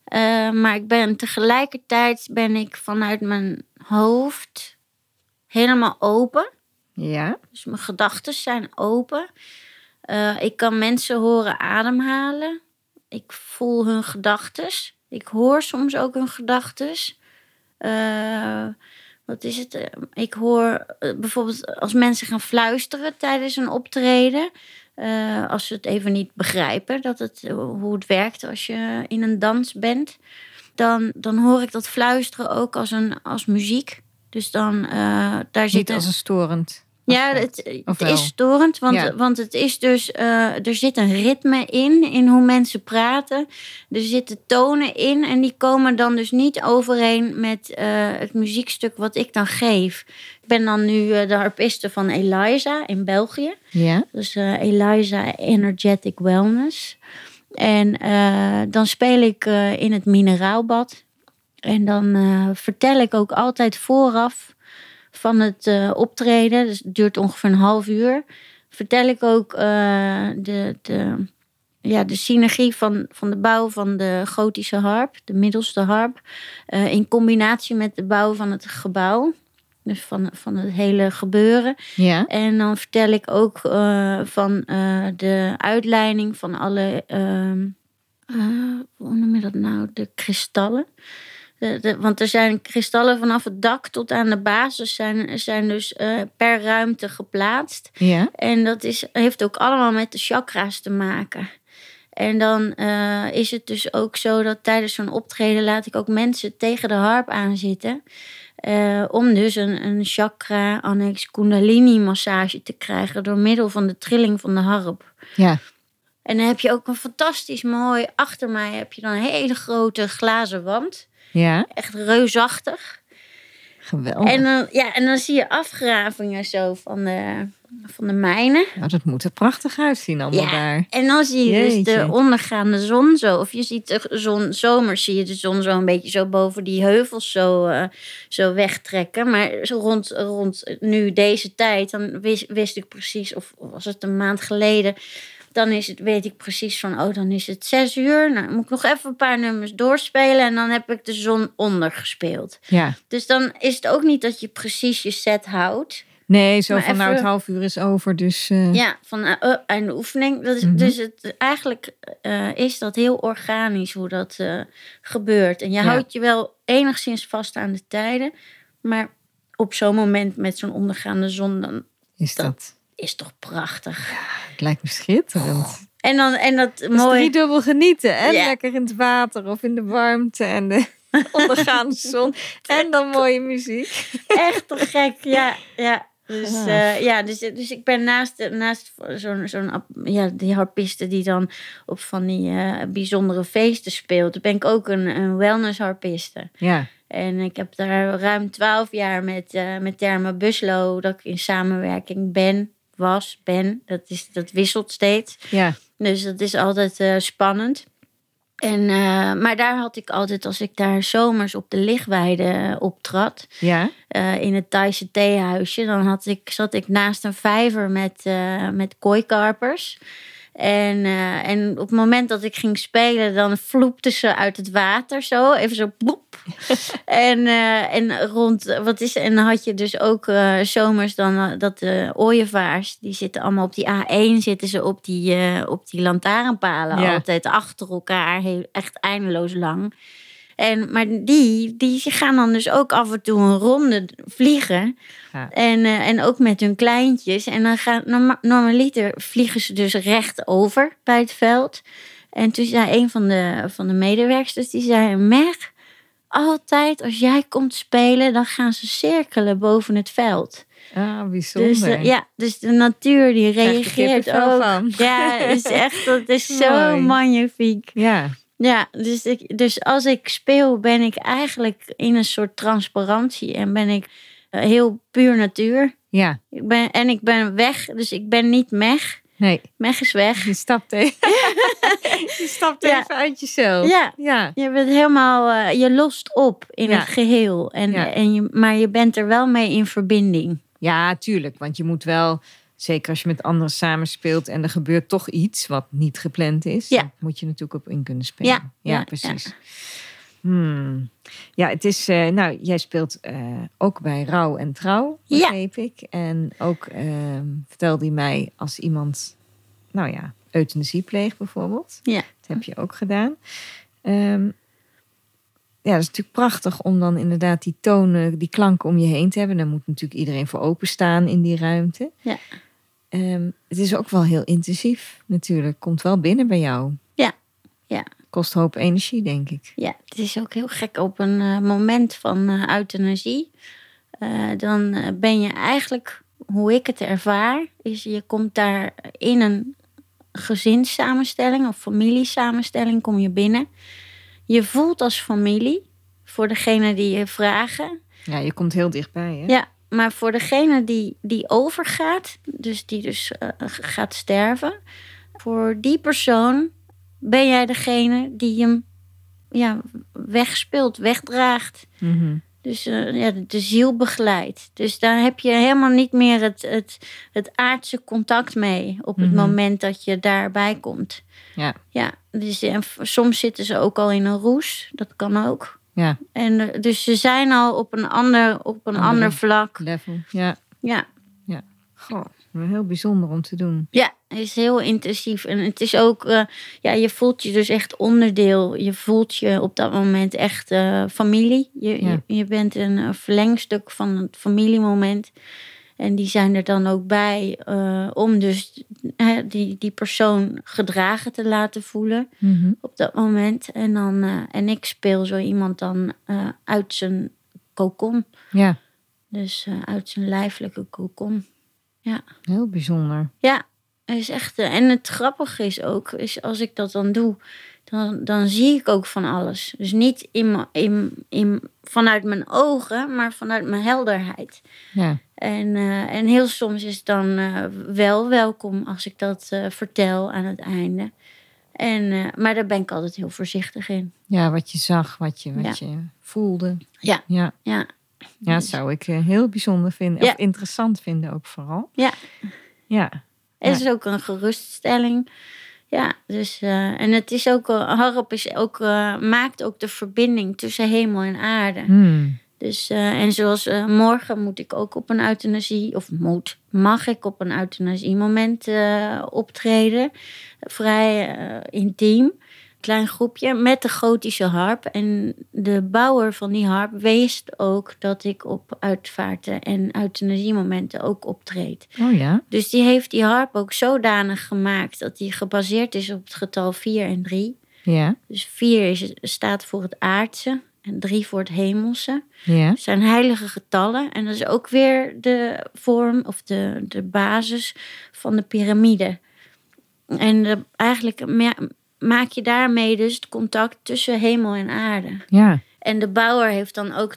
Maar tegelijkertijd ben ik vanuit mijn hoofd helemaal open. Ja. Dus mijn gedachten zijn open. Ik kan mensen horen ademhalen. Ik voel hun gedachtes. Ik hoor soms ook hun gedachtes. Wat is het? Ik hoor bijvoorbeeld als mensen gaan fluisteren tijdens een optreden. Als ze het even niet begrijpen, hoe het werkt als je in een dans bent. Dan hoor ik dat fluisteren ook als muziek. Dus dan daar zit niet als een storend. Ja, het is storend, want het is dus, er zit een ritme in hoe mensen praten. Er zitten tonen in en die komen dan dus niet overeen met het muziekstuk wat ik dan geef. Ik ben dan nu de harpiste van Eliza in België. Ja. Dus Eliza Energetic Wellness. En dan speel ik in het mineraalbad. En dan vertel ik ook altijd vooraf van het optreden, dus het duurt ongeveer een half uur, vertel ik ook de synergie van de bouw van de gotische harp, de middelste harp, in combinatie met de bouw van het gebouw, dus van het hele gebeuren. Ja. En dan vertel ik ook van de uitleiding van alle, hoe noem je dat nou, de kristallen. Want er zijn kristallen vanaf het dak tot aan de basis zijn dus per ruimte geplaatst. Ja. En dat heeft ook allemaal met de chakra's te maken. En dan is het dus ook zo dat tijdens zo'n optreden laat ik ook mensen tegen de harp aanzitten. Om dus een chakra annex kundalini massage te krijgen door middel van de trilling van de harp. Ja. En dan heb je ook een fantastisch mooi, achter mij heb je dan een hele grote glazen wand. Ja. Echt reusachtig. Geweldig. En dan zie je afgravingen zo van de mijnen. Nou, dat moet er prachtig uitzien allemaal daar. En dan zie je dus de Jeetje. ondergaande zon zo. Of je ziet de zon, zomers zie je de zon zo een beetje zo boven die heuvels zo wegtrekken. Maar zo rond nu deze tijd, dan wist ik precies, of was het een maand geleden, dan weet ik precies van, dan is het 6 uur. Nou, moet ik nog even een paar nummers doorspelen en dan heb ik de zon onder gespeeld. Ja. Dus dan is het ook niet dat je precies je set houdt. Nee, zo Maar van even, het half uur is over, dus... Ja, van einde oefening. Dat is, Dus eigenlijk is dat heel organisch hoe dat gebeurt. En je houdt je wel enigszins vast aan de tijden. Maar op zo'n moment met zo'n ondergaande zon, dan dat is toch prachtig. Ja, het lijkt me schitterend. En dat dus mooi. driedubbel genieten. En Ja. lekker in het water of in de warmte en de ondergaande zon. En dan mooie muziek. Echt te gek, ja. Dus ik ben naast zo'n die harpiste die dan op van die bijzondere feesten speelt, ben ik ook een wellness-harpiste. Ja. En ik heb daar ruim 12 jaar met Therma Buslo, dat ik in samenwerking ben. Dat wisselt steeds. Ja. Dus dat is altijd spannend. Maar daar had ik altijd, als ik daar zomers op de lichtweide optrad, Ja. In het Thaise theehuisje, dan zat ik naast een vijver met kooikarpers. En op het moment dat ik ging spelen, dan vloepte ze uit het water zo, even zo boep. En dan had je dus ook zomers dan dat de ooievaars, die zitten allemaal op die A1, zitten ze op die lantaarnpalen altijd achter elkaar, echt eindeloos lang. Maar die gaan dan dus ook af en toe een ronde vliegen. Ja. En ook met hun kleintjes. En dan normaliter vliegen ze dus recht over bij het veld. En toen zei een van de medewerksters, die zei, Meg, altijd als jij komt spelen, dan gaan ze cirkelen boven het veld. Ah, bijzonder. Dus de natuur die reageert ook. Van. Ja, dat is zo magnifiek. Ja. Ja, dus als ik speel ben ik eigenlijk in een soort transparantie en ben ik heel puur natuur. Ja. Ik ben weg, dus ik ben niet Meg. Nee. Meg is weg. Je stapt even, even uit jezelf. Ja. Je bent helemaal, je lost op in het geheel. Maar je bent er wel mee in verbinding. Ja, tuurlijk, want je moet wel zeker als je met anderen samenspeelt en er gebeurt toch iets wat niet gepland is. Ja. Dan moet je natuurlijk op in kunnen spelen. Ja, precies. Ja. Ja, het is, jij speelt ook bij Rouw en Trouw, begreep ik. En ook vertelde hij mij als iemand, euthanasie pleegt bijvoorbeeld. Ja. Dat heb je ook gedaan. Dat is natuurlijk prachtig om dan inderdaad die tonen, die klanken om je heen te hebben. Daar moet natuurlijk iedereen voor openstaan in die ruimte. Ja. Het is ook wel heel intensief natuurlijk. Komt wel binnen bij jou. Ja. Kost een hoop energie, denk ik. Ja, het is ook heel gek op een moment van euthanasie. Dan ben je eigenlijk, hoe ik het ervaar, is je komt daar in een gezinssamenstelling of familiesamenstelling kom je binnen. Je voelt als familie voor degene die je vragen. Ja, je komt heel dichtbij, hè? Ja, maar voor degene die overgaat, die gaat sterven, voor die persoon ben jij degene die hem wegspeelt, wegdraagt. Mm-hmm. Dus de ziel begeleidt. Dus daar heb je helemaal niet meer het aardse contact mee op het moment dat je daarbij komt. Ja, dus, en soms zitten ze ook al in een roes. Dat kan ook. Ja. En dus ze zijn al op een ander vlak. Level, Ja. Goh, heel bijzonder om te doen. Ja, het is heel intensief. En het is ook, je voelt je dus echt onderdeel. Je voelt je op dat moment echt familie. Je bent een verlengstuk van het familiemoment. En die zijn er dan ook bij om dus die persoon gedragen te laten voelen op dat moment. En ik speel zo iemand dan uit zijn kokon. Ja. Dus uit zijn lijfelijke kokon. Ja. Heel bijzonder. Ja, het is echt. En het grappige is ook, is als ik dat dan doe, dan zie ik ook van alles. Dus niet vanuit mijn ogen, maar vanuit mijn helderheid. Ja. En heel soms is het dan wel welkom als ik dat vertel aan het einde. Maar daar ben ik altijd heel voorzichtig in. Ja, wat je zag, wat je voelde. Ja. Ja, dat zou ik heel bijzonder vinden. Ja. Of interessant vinden ook vooral. Ja. Ja. Het is ook een geruststelling. Ja, dus en het is ook, harp is ook, maakt ook de verbinding tussen hemel en aarde. Dus, en zoals morgen moet ik ook op een euthanasie, mag ik op een euthanasiemoment optreden. Vrij intiem. Klein groepje met de gotische harp. En de bouwer van die harp wist ook dat ik op uitvaarten en euthanasiemomenten ook optreed. Oh ja? Dus die heeft die harp ook zodanig gemaakt dat die gebaseerd is op het getal 4 en 3. Ja. Dus 4 staat voor het aardse en 3 voor het hemelse. Ja. Het zijn heilige getallen. En dat is ook weer de vorm of de basis van de piramide. En eigenlijk maak je daarmee dus het contact tussen hemel en aarde. Ja. En de bouwer heeft dan ook,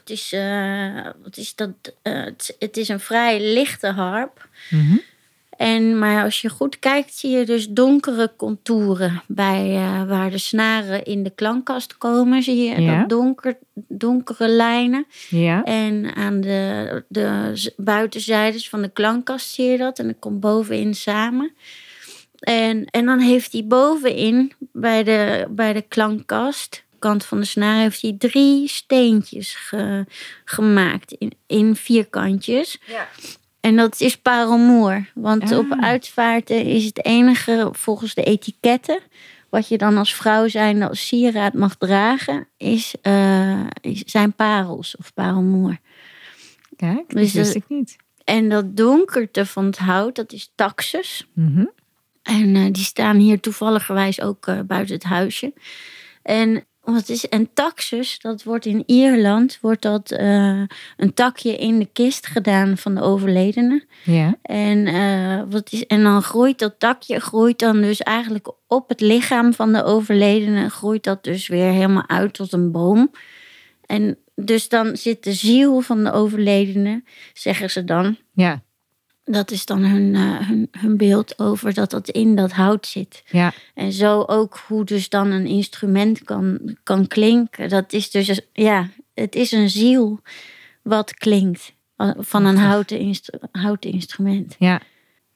het is een vrij lichte harp. Maar als je goed kijkt, zie je dus donkere contouren bij waar de snaren in de klankkast komen. Zie je dat donkere lijnen. Ja. En aan de buitenzijdes van de klankkast zie je dat. En dat komt bovenin samen. En dan heeft hij bovenin, bij de klankkast, kant van de snaar, heeft hij 3 steentjes gemaakt in vierkantjes. Ja. En dat is parelmoer. Want op uitvaarten is het enige, volgens de etiketten, wat je dan als vrouw zijnde als sieraad mag dragen, zijn parels of parelmoer. Kijk, dat wist ik niet. En dat donkerte van het hout, dat is taxus. En die staan hier toevalligerwijs ook buiten het huisje. En taxus, dat wordt in Ierland een takje in de kist gedaan van de overledene. Ja. En dan groeit dat takje dan dus eigenlijk op het lichaam van de overledene, groeit dat dus weer helemaal uit tot een boom. En dus dan zit de ziel van de overledene, zeggen ze dan. Ja. Dat is dan hun beeld over dat in dat hout zit. Ja. En zo ook hoe dus dan een instrument kan klinken. Dat is dus, het is een ziel wat klinkt van een houten instrument. Ja.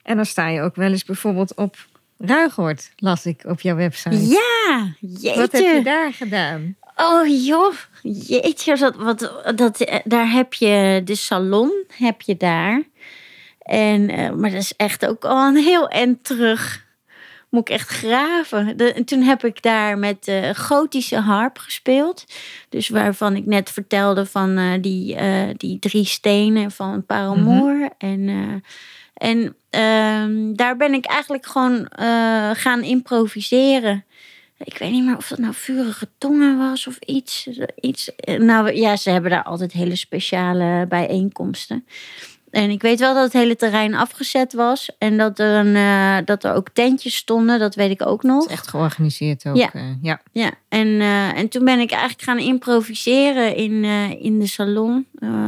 En dan sta je ook wel eens bijvoorbeeld op Ruigoord, las ik op jouw website. Ja, jeetje. Wat heb je daar gedaan? Oh joh, jeetje. Daar heb je de salon, heb je daar. En, maar dat is echt ook al een heel eind terug. Moet ik echt graven. En toen heb ik daar met gotische harp gespeeld. Dus waarvan ik net vertelde van die 3 stenen van Paramore. En daar ben ik eigenlijk gewoon gaan improviseren. Ik weet niet meer of dat nou Vurige Tongen was of iets. Nou ja, ze hebben daar altijd hele speciale bijeenkomsten. En ik weet wel dat het hele terrein afgezet was. En dat er ook tentjes stonden. Dat weet ik ook nog. Het is echt georganiseerd ook. Ja. En toen ben ik eigenlijk gaan improviseren in de salon.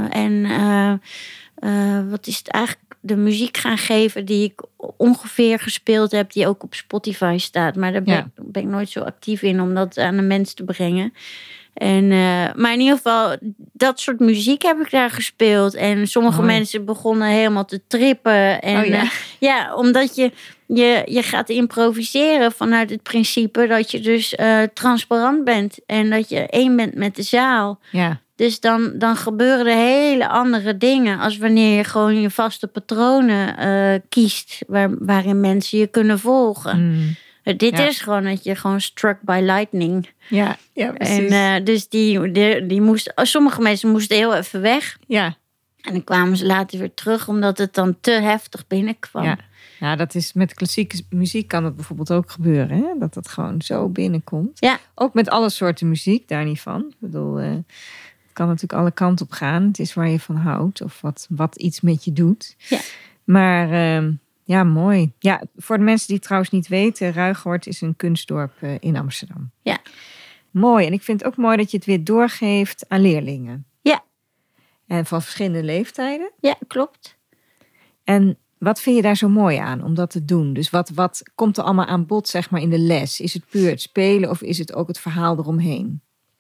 Wat is het eigenlijk? De muziek gaan geven die ik ongeveer gespeeld heb. Die ook op Spotify staat. Maar daar ben ik nooit zo actief in om dat aan de mens te brengen. Maar in ieder geval, dat soort muziek heb ik daar gespeeld. En sommige mensen begonnen helemaal te trippen. En, omdat je gaat improviseren vanuit het principe dat je dus transparant bent. En dat je één bent met de zaal. Ja. Dus dan gebeuren er hele andere dingen als wanneer je gewoon je vaste patronen kiest. Waarin mensen je kunnen volgen. Dit is gewoon dat je gewoon struck by lightning. Ja precies. En dus die moesten, sommige mensen moesten heel even weg. Ja. En dan kwamen ze later weer terug, omdat het dan te heftig binnenkwam. Ja, dat is met klassieke muziek kan dat bijvoorbeeld ook gebeuren. Hè? Dat het gewoon zo binnenkomt. Ja. Ook met alle soorten muziek, daar niet van. Ik bedoel, het kan natuurlijk alle kanten op gaan. Het is waar je van houdt of wat iets met je doet. Ja. Maar... ja, mooi. Ja, voor de mensen die het trouwens niet weten, Ruigoord is een kunstdorp in Amsterdam. Ja. Mooi. En ik vind het ook mooi dat je het weer doorgeeft aan leerlingen. Ja. En van verschillende leeftijden. Ja, klopt. En wat vind je daar zo mooi aan om dat te doen? Dus wat komt er allemaal aan bod, zeg maar, in de les? Is het puur het spelen of is het ook het verhaal eromheen?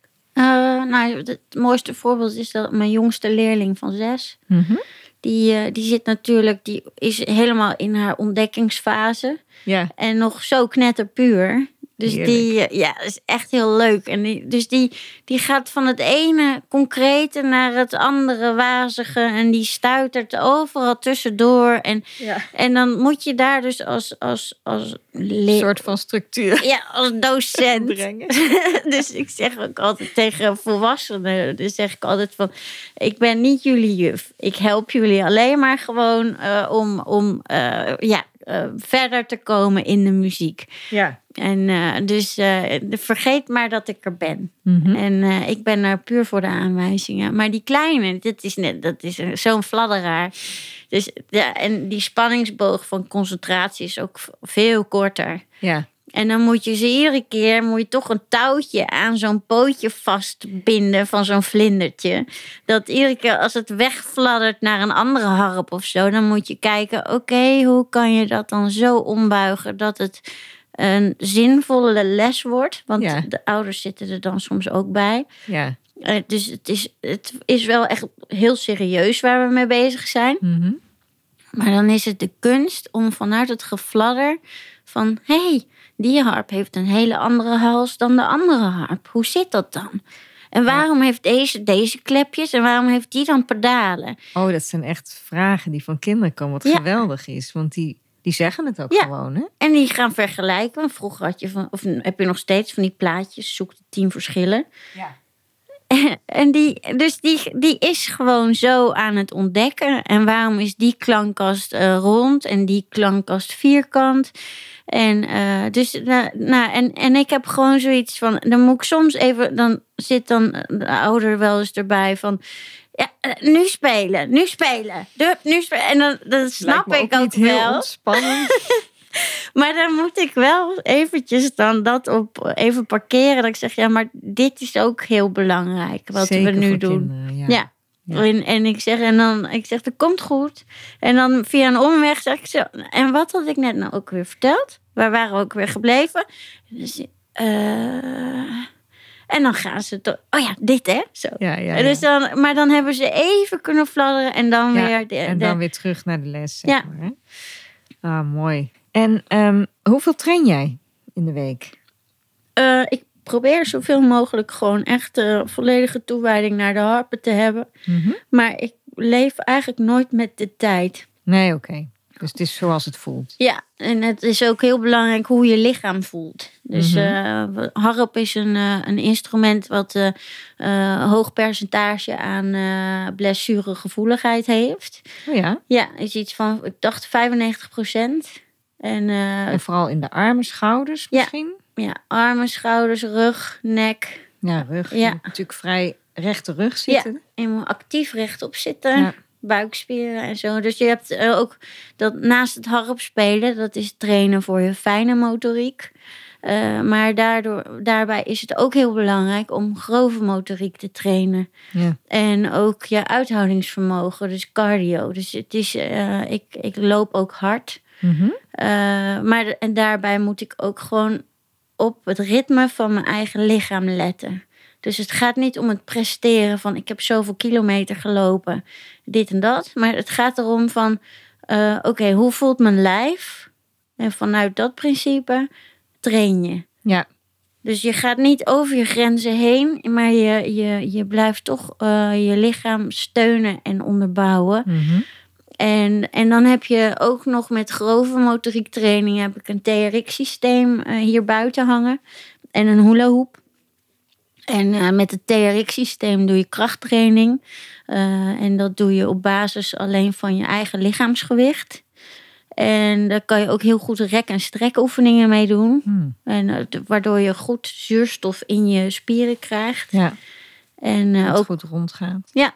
Nou, het mooiste voorbeeld is dat mijn jongste leerling van 6... Mm-hmm. Die zit natuurlijk, die is helemaal in haar ontdekkingsfase. Ja. En nog zo knetterpuur. Dus dat is echt heel leuk. En die gaat van het ene concrete naar het andere wazige. En die stuitert overal tussendoor. En dan moet je daar dus als een soort van structuur. Ja, als docent. Brengen. Dus ik zeg ook altijd tegen volwassenen. Dus zeg ik altijd van, ik ben niet jullie juf. Ik help jullie alleen maar gewoon om verder te komen in de muziek. Ja. En vergeet maar dat ik er ben. Mm-hmm. En ik ben er puur voor de aanwijzingen. Maar die kleine, dat is zo'n fladderaar. Dus en die spanningsboog van concentratie is ook veel korter. Ja. En dan moet je ze iedere keer toch een touwtje aan zo'n pootje vastbinden van zo'n vlindertje. Dat iedere keer als het wegfladdert naar een andere harp of zo, dan moet je kijken, oké, hoe kan je dat dan zo ombuigen dat het een zinvolle les wordt? Want de ouders zitten er dan soms ook bij. Ja. Dus het is wel echt heel serieus waar we mee bezig zijn. Mm-hmm. Maar dan is het de kunst om vanuit het gefladder van, die harp heeft een hele andere hals dan de andere harp. Hoe zit dat dan? En waarom heeft deze klepjes en waarom heeft die dan pedalen? Oh, dat zijn echt vragen die van kinderen komen, wat geweldig is. Want die zeggen het ook gewoon, hè? En die gaan vergelijken. Vroeger had je of heb je nog steeds van die plaatjes, zoek de 10 verschillen. Ja. En die is gewoon zo aan het ontdekken. En waarom is die klankkast rond en die klankkast vierkant? En en ik heb gewoon zoiets van, dan moet ik soms even, dan zit dan de ouder wel eens erbij van, ja, nu spelen. Nu spelen. En dan snap ik ook niet wel. Heel ontspannend. Maar dan moet ik wel eventjes dan dat even parkeren. Dat ik zeg, ja, maar dit is ook heel belangrijk wat Zeker we nu doen. Kinderen, ja. En ik zeg, dat komt goed. En dan via een omweg zeg ik zo, en wat had ik net nou ook weer verteld? Waar waren we ook weer gebleven? Dus, en dan gaan ze toch, oh ja, dit hè? Zo. Ja. Dus maar dan hebben ze even kunnen fladderen en dan weer... dan weer terug naar de les, zeg maar. Hè? Ah, mooi. En hoeveel train jij in de week? Ik probeer zoveel mogelijk gewoon echt volledige toewijding naar de harpen te hebben. Maar ik leef eigenlijk nooit met de tijd. Nee, oké. Dus het is zoals het voelt. Ja, en het is ook heel belangrijk hoe je lichaam voelt. Dus harp is een instrument wat hoog percentage aan blessuregevoeligheid heeft. Oh ja? Ja, is iets van, ik dacht 95%. En vooral in de armen, schouders misschien? Ja, armen, schouders, rug, nek. Ja, rug. Ja. Je moet natuurlijk vrij rechte rug zitten. Ja, je moet actief rechtop zitten. Ja. Buikspieren en zo. Dus je hebt ook dat naast het harp spelen, dat is trainen voor je fijne motoriek. Maar daarbij is het ook heel belangrijk om grove motoriek te trainen. Ja. En ook je uithoudingsvermogen, dus cardio. Dus het is, ik loop ook hard. En daarbij moet ik ook gewoon op het ritme van mijn eigen lichaam letten. Dus het gaat niet om het presteren van ik heb zoveel kilometer gelopen, dit en dat. Maar het gaat erom van oké, hoe voelt mijn lijf? En vanuit dat principe train je. Ja. Dus je gaat niet over je grenzen heen, maar je blijft toch je lichaam steunen en onderbouwen. En dan heb je ook nog met grove motoriek training heb ik een TRX-systeem hier buiten hangen en een hula hoop. En met het TRX-systeem doe je krachttraining. En dat doe je op basis alleen van je eigen lichaamsgewicht. En daar kan je ook heel goed rek- en strekoefeningen mee doen. En waardoor je goed zuurstof in je spieren krijgt. Ja. En het ook goed rondgaat. Ja.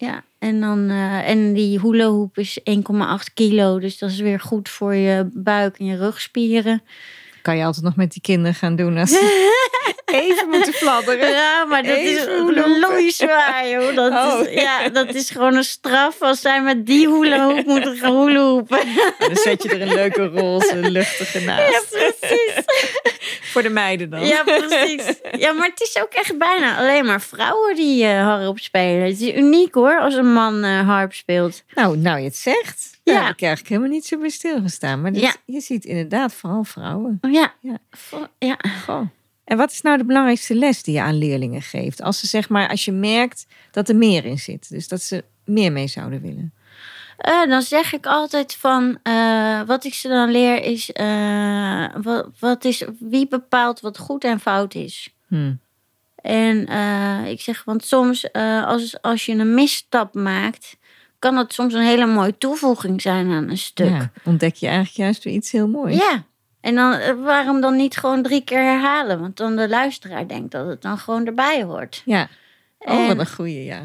En die hula hoop is 1,8 kilo. Dus dat is weer goed voor je buik en je rugspieren. Kan je altijd nog met die kinderen gaan doen als ze even moeten fladderen. Ja, maar dat is loeizwaar, joh. Dat is gewoon een straf als zij met die hula hoop moeten gaan hula hoepen. En dan zet je er een leuke roze, luchtige naast. Ja, precies. Voor de meiden dan. Ja, precies. Ja, maar het is ook echt bijna alleen maar vrouwen die harp spelen. Het is uniek hoor, als een man harp speelt. Nou, je het zegt. Ja. Daar heb ik eigenlijk helemaal niet zo bij stilgestaan. Maar je ziet inderdaad vooral vrouwen. Ja. Goh. En wat is nou de belangrijkste les die je aan leerlingen geeft? Als je merkt dat er meer in zit. Dus dat ze meer mee zouden willen. Dan zeg ik altijd van, wat ik ze dan leer is, wie bepaalt wat goed en fout is. En ik zeg, want soms als je een misstap maakt, kan het soms een hele mooie toevoeging zijn aan een stuk. Ja, ontdek je eigenlijk juist weer iets heel moois. Ja, en dan, waarom dan niet gewoon 3 keer herhalen? Want dan de luisteraar denkt dat het dan gewoon erbij hoort. Ja, wat een goeie, ja.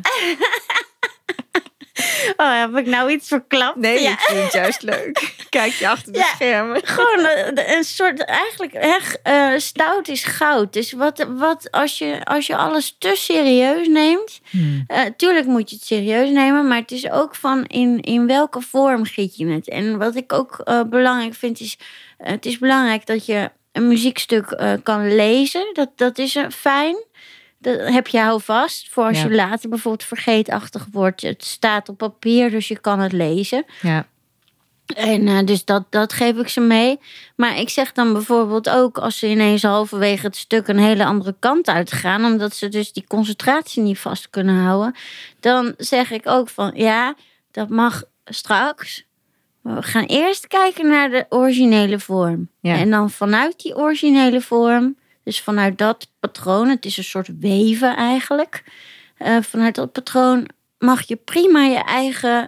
Oh, heb ik nou iets verklapt? Nee, ik vind het juist leuk. Kijk je achter de schermen. Gewoon een soort, eigenlijk echt stout is goud. Dus wat als je alles te serieus neemt. Tuurlijk moet je het serieus nemen. Maar het is ook van in welke vorm giet je het. En wat ik ook belangrijk vind is. Het is belangrijk dat je een muziekstuk kan lezen. Dat is fijn. Dat heb je houvast voor als je later bijvoorbeeld vergeetachtig wordt. Het staat op papier, dus je kan het lezen. Ja. En dus dat geef ik ze mee. Maar ik zeg dan bijvoorbeeld ook als ze ineens halverwege het stuk een hele andere kant uitgaan, omdat ze dus die concentratie niet vast kunnen houden, dan zeg ik ook van ja, dat mag straks. Maar we gaan eerst kijken naar de originele vorm. Ja. En dan vanuit die originele vorm, dus vanuit dat patroon, het is een soort weven eigenlijk. Vanuit dat patroon mag je prima je eigen,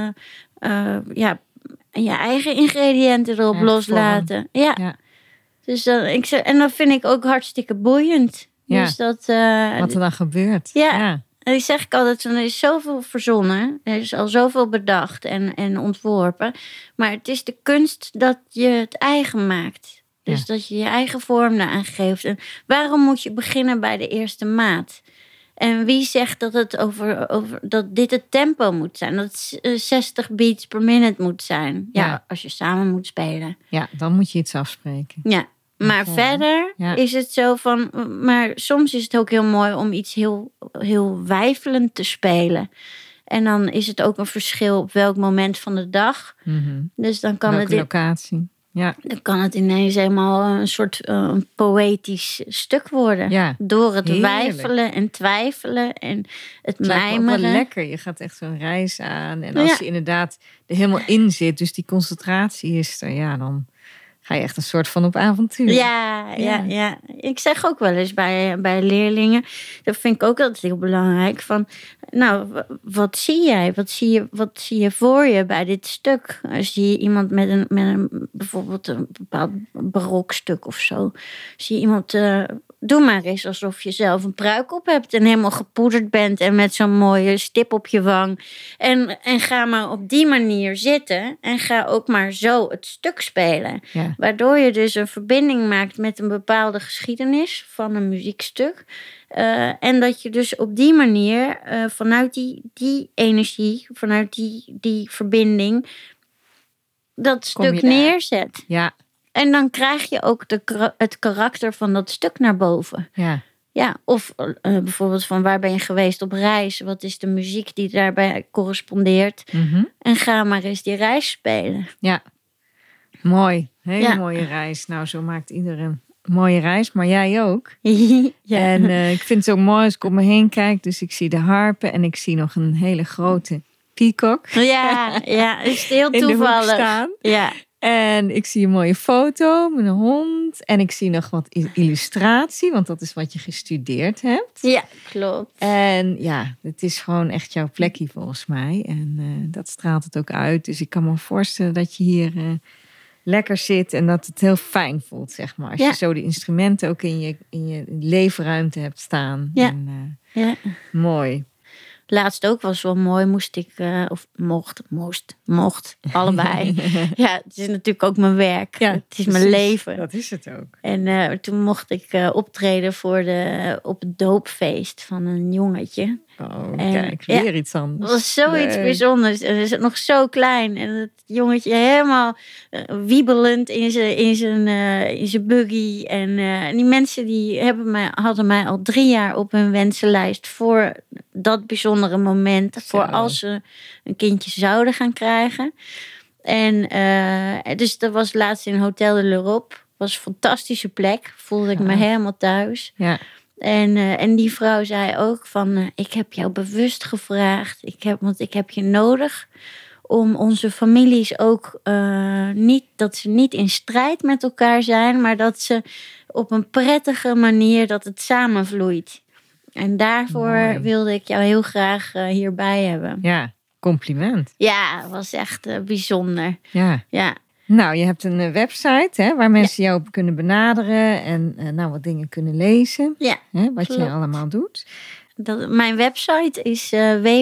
je eigen ingrediënten erop loslaten. Ja. Dus en dat vind ik ook hartstikke boeiend. Ja. Dus dat, wat er dan gebeurt. Ja. En die zeg ik altijd, er is zoveel verzonnen. Er is al zoveel bedacht en ontworpen. Maar het is de kunst dat je het eigen maakt. Dus dat je je eigen vorm eraan geeft. En waarom moet je beginnen bij de eerste maat? En wie zegt dat het dat dit het tempo moet zijn? Dat het 60 beats per minute moet zijn. Ja, als je samen moet spelen. Ja, dan moet je iets afspreken. Ja, maar verder is het zo van. Maar soms is het ook heel mooi om iets heel, heel weifelend te spelen. En dan is het ook een verschil op welk moment van de dag. Dus dan kan Welke locatie. Ja. Dan kan het ineens helemaal een soort poëtisch stuk worden. Ja, door het heerlijk. Wijfelen en twijfelen en het Het lijkt me ook mijmeren. wel lekker. Je gaat echt zo'n reis aan. En als je inderdaad er helemaal in zit, dus die concentratie is er, ja, dan ga je echt een soort van op avontuur. Ja. Ik zeg ook wel eens bij leerlingen, dat vind ik ook altijd heel belangrijk, van, nou, wat zie jij? Wat zie je voor je bij dit stuk? Zie je iemand met een bijvoorbeeld een bepaald barokstuk of zo? Zie je iemand... Doe maar eens alsof je zelf een pruik op hebt en helemaal gepoederd bent en met zo'n mooie stip op je wang. En ga maar op die manier zitten en ga ook maar zo het stuk spelen. Ja. Waardoor je dus een verbinding maakt met een bepaalde geschiedenis van een muziekstuk. En dat je dus op die manier vanuit die energie, vanuit die verbinding, dat stuk neerzet. Ja. En dan krijg je ook het karakter van dat stuk naar boven. Ja. Ja, of bijvoorbeeld van waar ben je geweest op reis? Wat is de muziek die daarbij correspondeert? En ga maar eens die reis spelen. Ja, mooi. Hele mooie reis. Nou, zo maakt iedereen een mooie reis, maar jij ook. En ik vind het ook mooi als ik om me heen kijk. Dus ik zie de harpen en ik zie nog een hele grote peacock. Ja, is heel in toevallig. De hoek staan. Ja. En ik zie een mooie foto met een hond. En ik zie nog wat illustratie, want dat is wat je gestudeerd hebt. Ja, klopt. En ja, het is gewoon echt jouw plekje volgens mij. En dat straalt het ook uit. Dus ik kan me voorstellen dat je hier lekker zit en dat het heel fijn voelt, zeg maar. Als je zo die instrumenten ook in je leefruimte hebt staan. Ja. En, mooi. Laatst ook was wel mooi, mocht, allebei. Ja, het is natuurlijk ook mijn werk. Ja, het is mijn leven. Dat is het ook. En toen mocht ik optreden op het doopfeest van een jongetje. Oh, kijk, weer iets anders. Het was zoiets bijzonders. En is het nog zo klein. En het jongetje helemaal wiebelend in zijn buggy. En die mensen die hadden mij al 3 jaar op hun wensenlijst voor dat bijzondere moment. Zo. Voor als ze een kindje zouden gaan krijgen. En dus dat was laatst in Hotel de l'Europe. Was een fantastische plek. Voelde ik me helemaal thuis. Ja. En die vrouw zei ook van, ik heb jou bewust gevraagd. Want ik heb je nodig om onze families ook dat ze niet in strijd met elkaar zijn, maar dat ze op een prettige manier dat het samenvloeit. En daarvoor wilde ik jou heel graag hierbij hebben. Ja, compliment. Ja, het was echt bijzonder. Ja. Nou, je hebt een website waar mensen jou op kunnen benaderen en wat dingen kunnen lezen. Ja, wat je allemaal doet. Mijn website is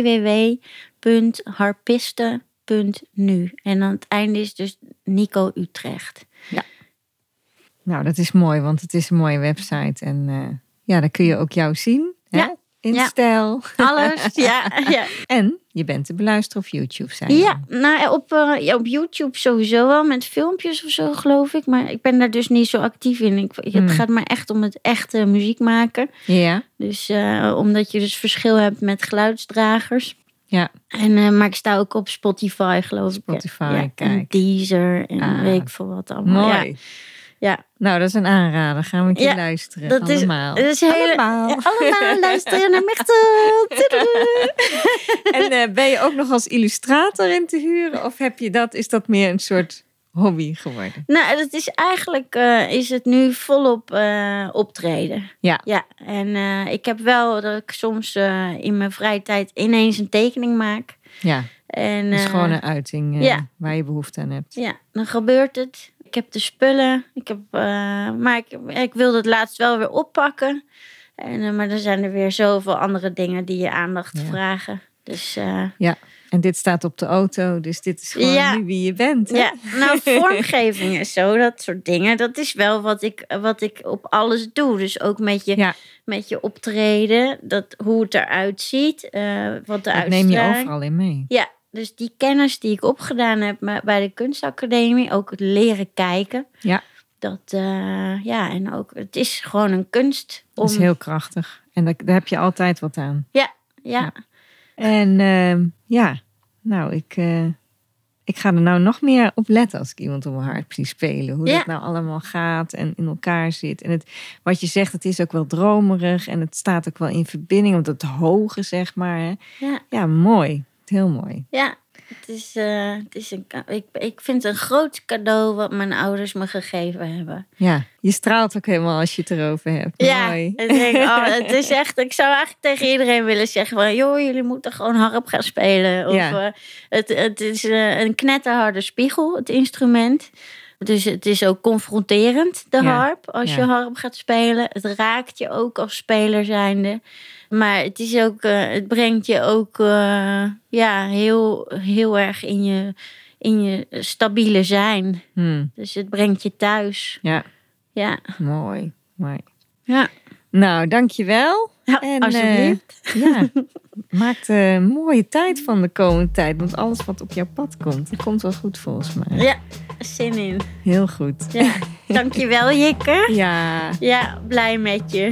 www.harpiste.nu. En aan het einde is dus Nico Utrecht. Ja. Nou, dat is mooi, want het is een mooie website. En daar kun je ook jou zien. Ja. In stijl. Alles, ja. En je bent te beluisteren op YouTube, zei je. Ja, nou, op YouTube sowieso wel, met filmpjes of zo, geloof ik. Maar ik ben daar dus niet zo actief in. Het gaat maar echt om het echte muziek maken. Ja. Dus omdat je dus verschil hebt met geluidsdragers. Ja. Maar ik sta ook op Spotify, geloof ik. Kijk. En Deezer en weet ik veel wat allemaal. Mooi. Ja. Nou, dat is een aanrader. Gaan we een keer luisteren. Dat allemaal. Allemaal luisteren naar Mechtel. En ben je ook nog als illustrator in te huren? Of is dat meer een soort hobby geworden? Nou, dat is eigenlijk is het nu volop optreden. Ja. En ik heb wel dat ik soms in mijn vrije tijd ineens een tekening maak. Ja. En, dat is gewoon een uiting waar je behoefte aan hebt. Ja, dan gebeurt het. Ik heb de spullen. Maar ik wilde het laatst wel weer oppakken. Maar er zijn er weer zoveel andere dingen die je aandacht vragen. Dus, ja, en dit staat op de auto. Dus dit is gewoon nu wie je bent. Hè? Ja, nou, vormgeving en zo, dat soort dingen. Dat is wel wat ik op alles doe. Dus ook met je optreden. Hoe het eruit ziet. Wat de uitstraling. Dat neem je overal in mee. Ja. Dus die kennis die ik opgedaan heb bij de kunstacademie, ook het leren kijken. Ja. En ook, het is gewoon een kunst. Dat is heel krachtig. En daar heb je altijd wat aan. Ja. En ik ga er nou nog meer op letten als ik iemand op mijn harp zie spelen. Hoe dat nou allemaal gaat en in elkaar zit. En wat je zegt, het is ook wel dromerig. En het staat ook wel in verbinding. Want het hoge, zeg maar. Hè. Ja, mooi. Heel mooi. Ja, ik vind het een groot cadeau wat mijn ouders me gegeven hebben. Ja, je straalt ook helemaal als je het erover hebt. Ja, mooi. Ik denk, het is echt, ik zou eigenlijk tegen iedereen willen zeggen van, joh, jullie moeten gewoon harp gaan spelen. Of het is een knetterharde spiegel, het instrument. Dus het is ook confronterend, de harp, als je harp gaat spelen. Het raakt je ook als speler zijnde. Maar het is ook, het brengt je ook heel erg in je stabiele zijn. Dus het brengt je thuis. Ja. Mooi. Ja. Nou, dankjewel. Ja, en, alsjeblieft. Maak een mooie tijd van de komende tijd. Want alles wat op jouw pad komt, dat komt wel goed volgens mij. Ja, zin in. Heel goed. Ja. Dankjewel, Jikke. Ja, blij met je.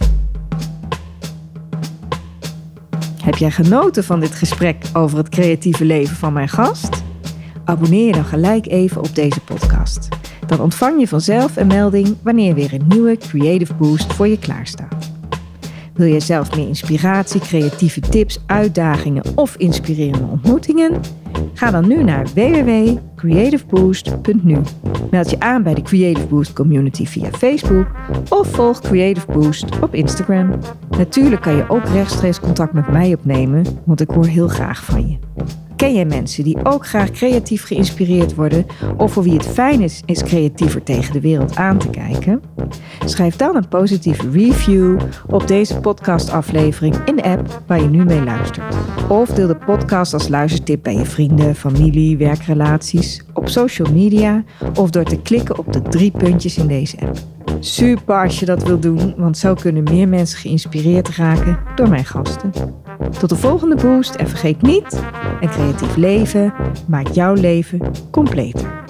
Heb jij genoten van dit gesprek over het creatieve leven van mijn gast? Abonneer je dan gelijk even op deze podcast. Dan ontvang je vanzelf een melding wanneer weer een nieuwe Creative Boost voor je klaarstaat. Wil je zelf meer inspiratie, creatieve tips, uitdagingen of inspirerende ontmoetingen? Ga dan nu naar www.creativeboost.nu. Meld je aan bij de Creative Boost community via Facebook of volg Creative Boost op Instagram. Natuurlijk kan je ook rechtstreeks contact met mij opnemen, want ik hoor heel graag van je. Ken jij mensen die ook graag creatief geïnspireerd worden of voor wie het fijn is creatiever tegen de wereld aan te kijken? Schrijf dan een positieve review op deze podcastaflevering in de app waar je nu mee luistert. Of deel de podcast als luistertip bij je vrienden, familie, werkrelaties, op social media of door te klikken op de 3 puntjes in deze app. Super als je dat wilt doen, want zo kunnen meer mensen geïnspireerd raken door mijn gasten. Tot de volgende boost en vergeet niet, een creatief leven maakt jouw leven completer.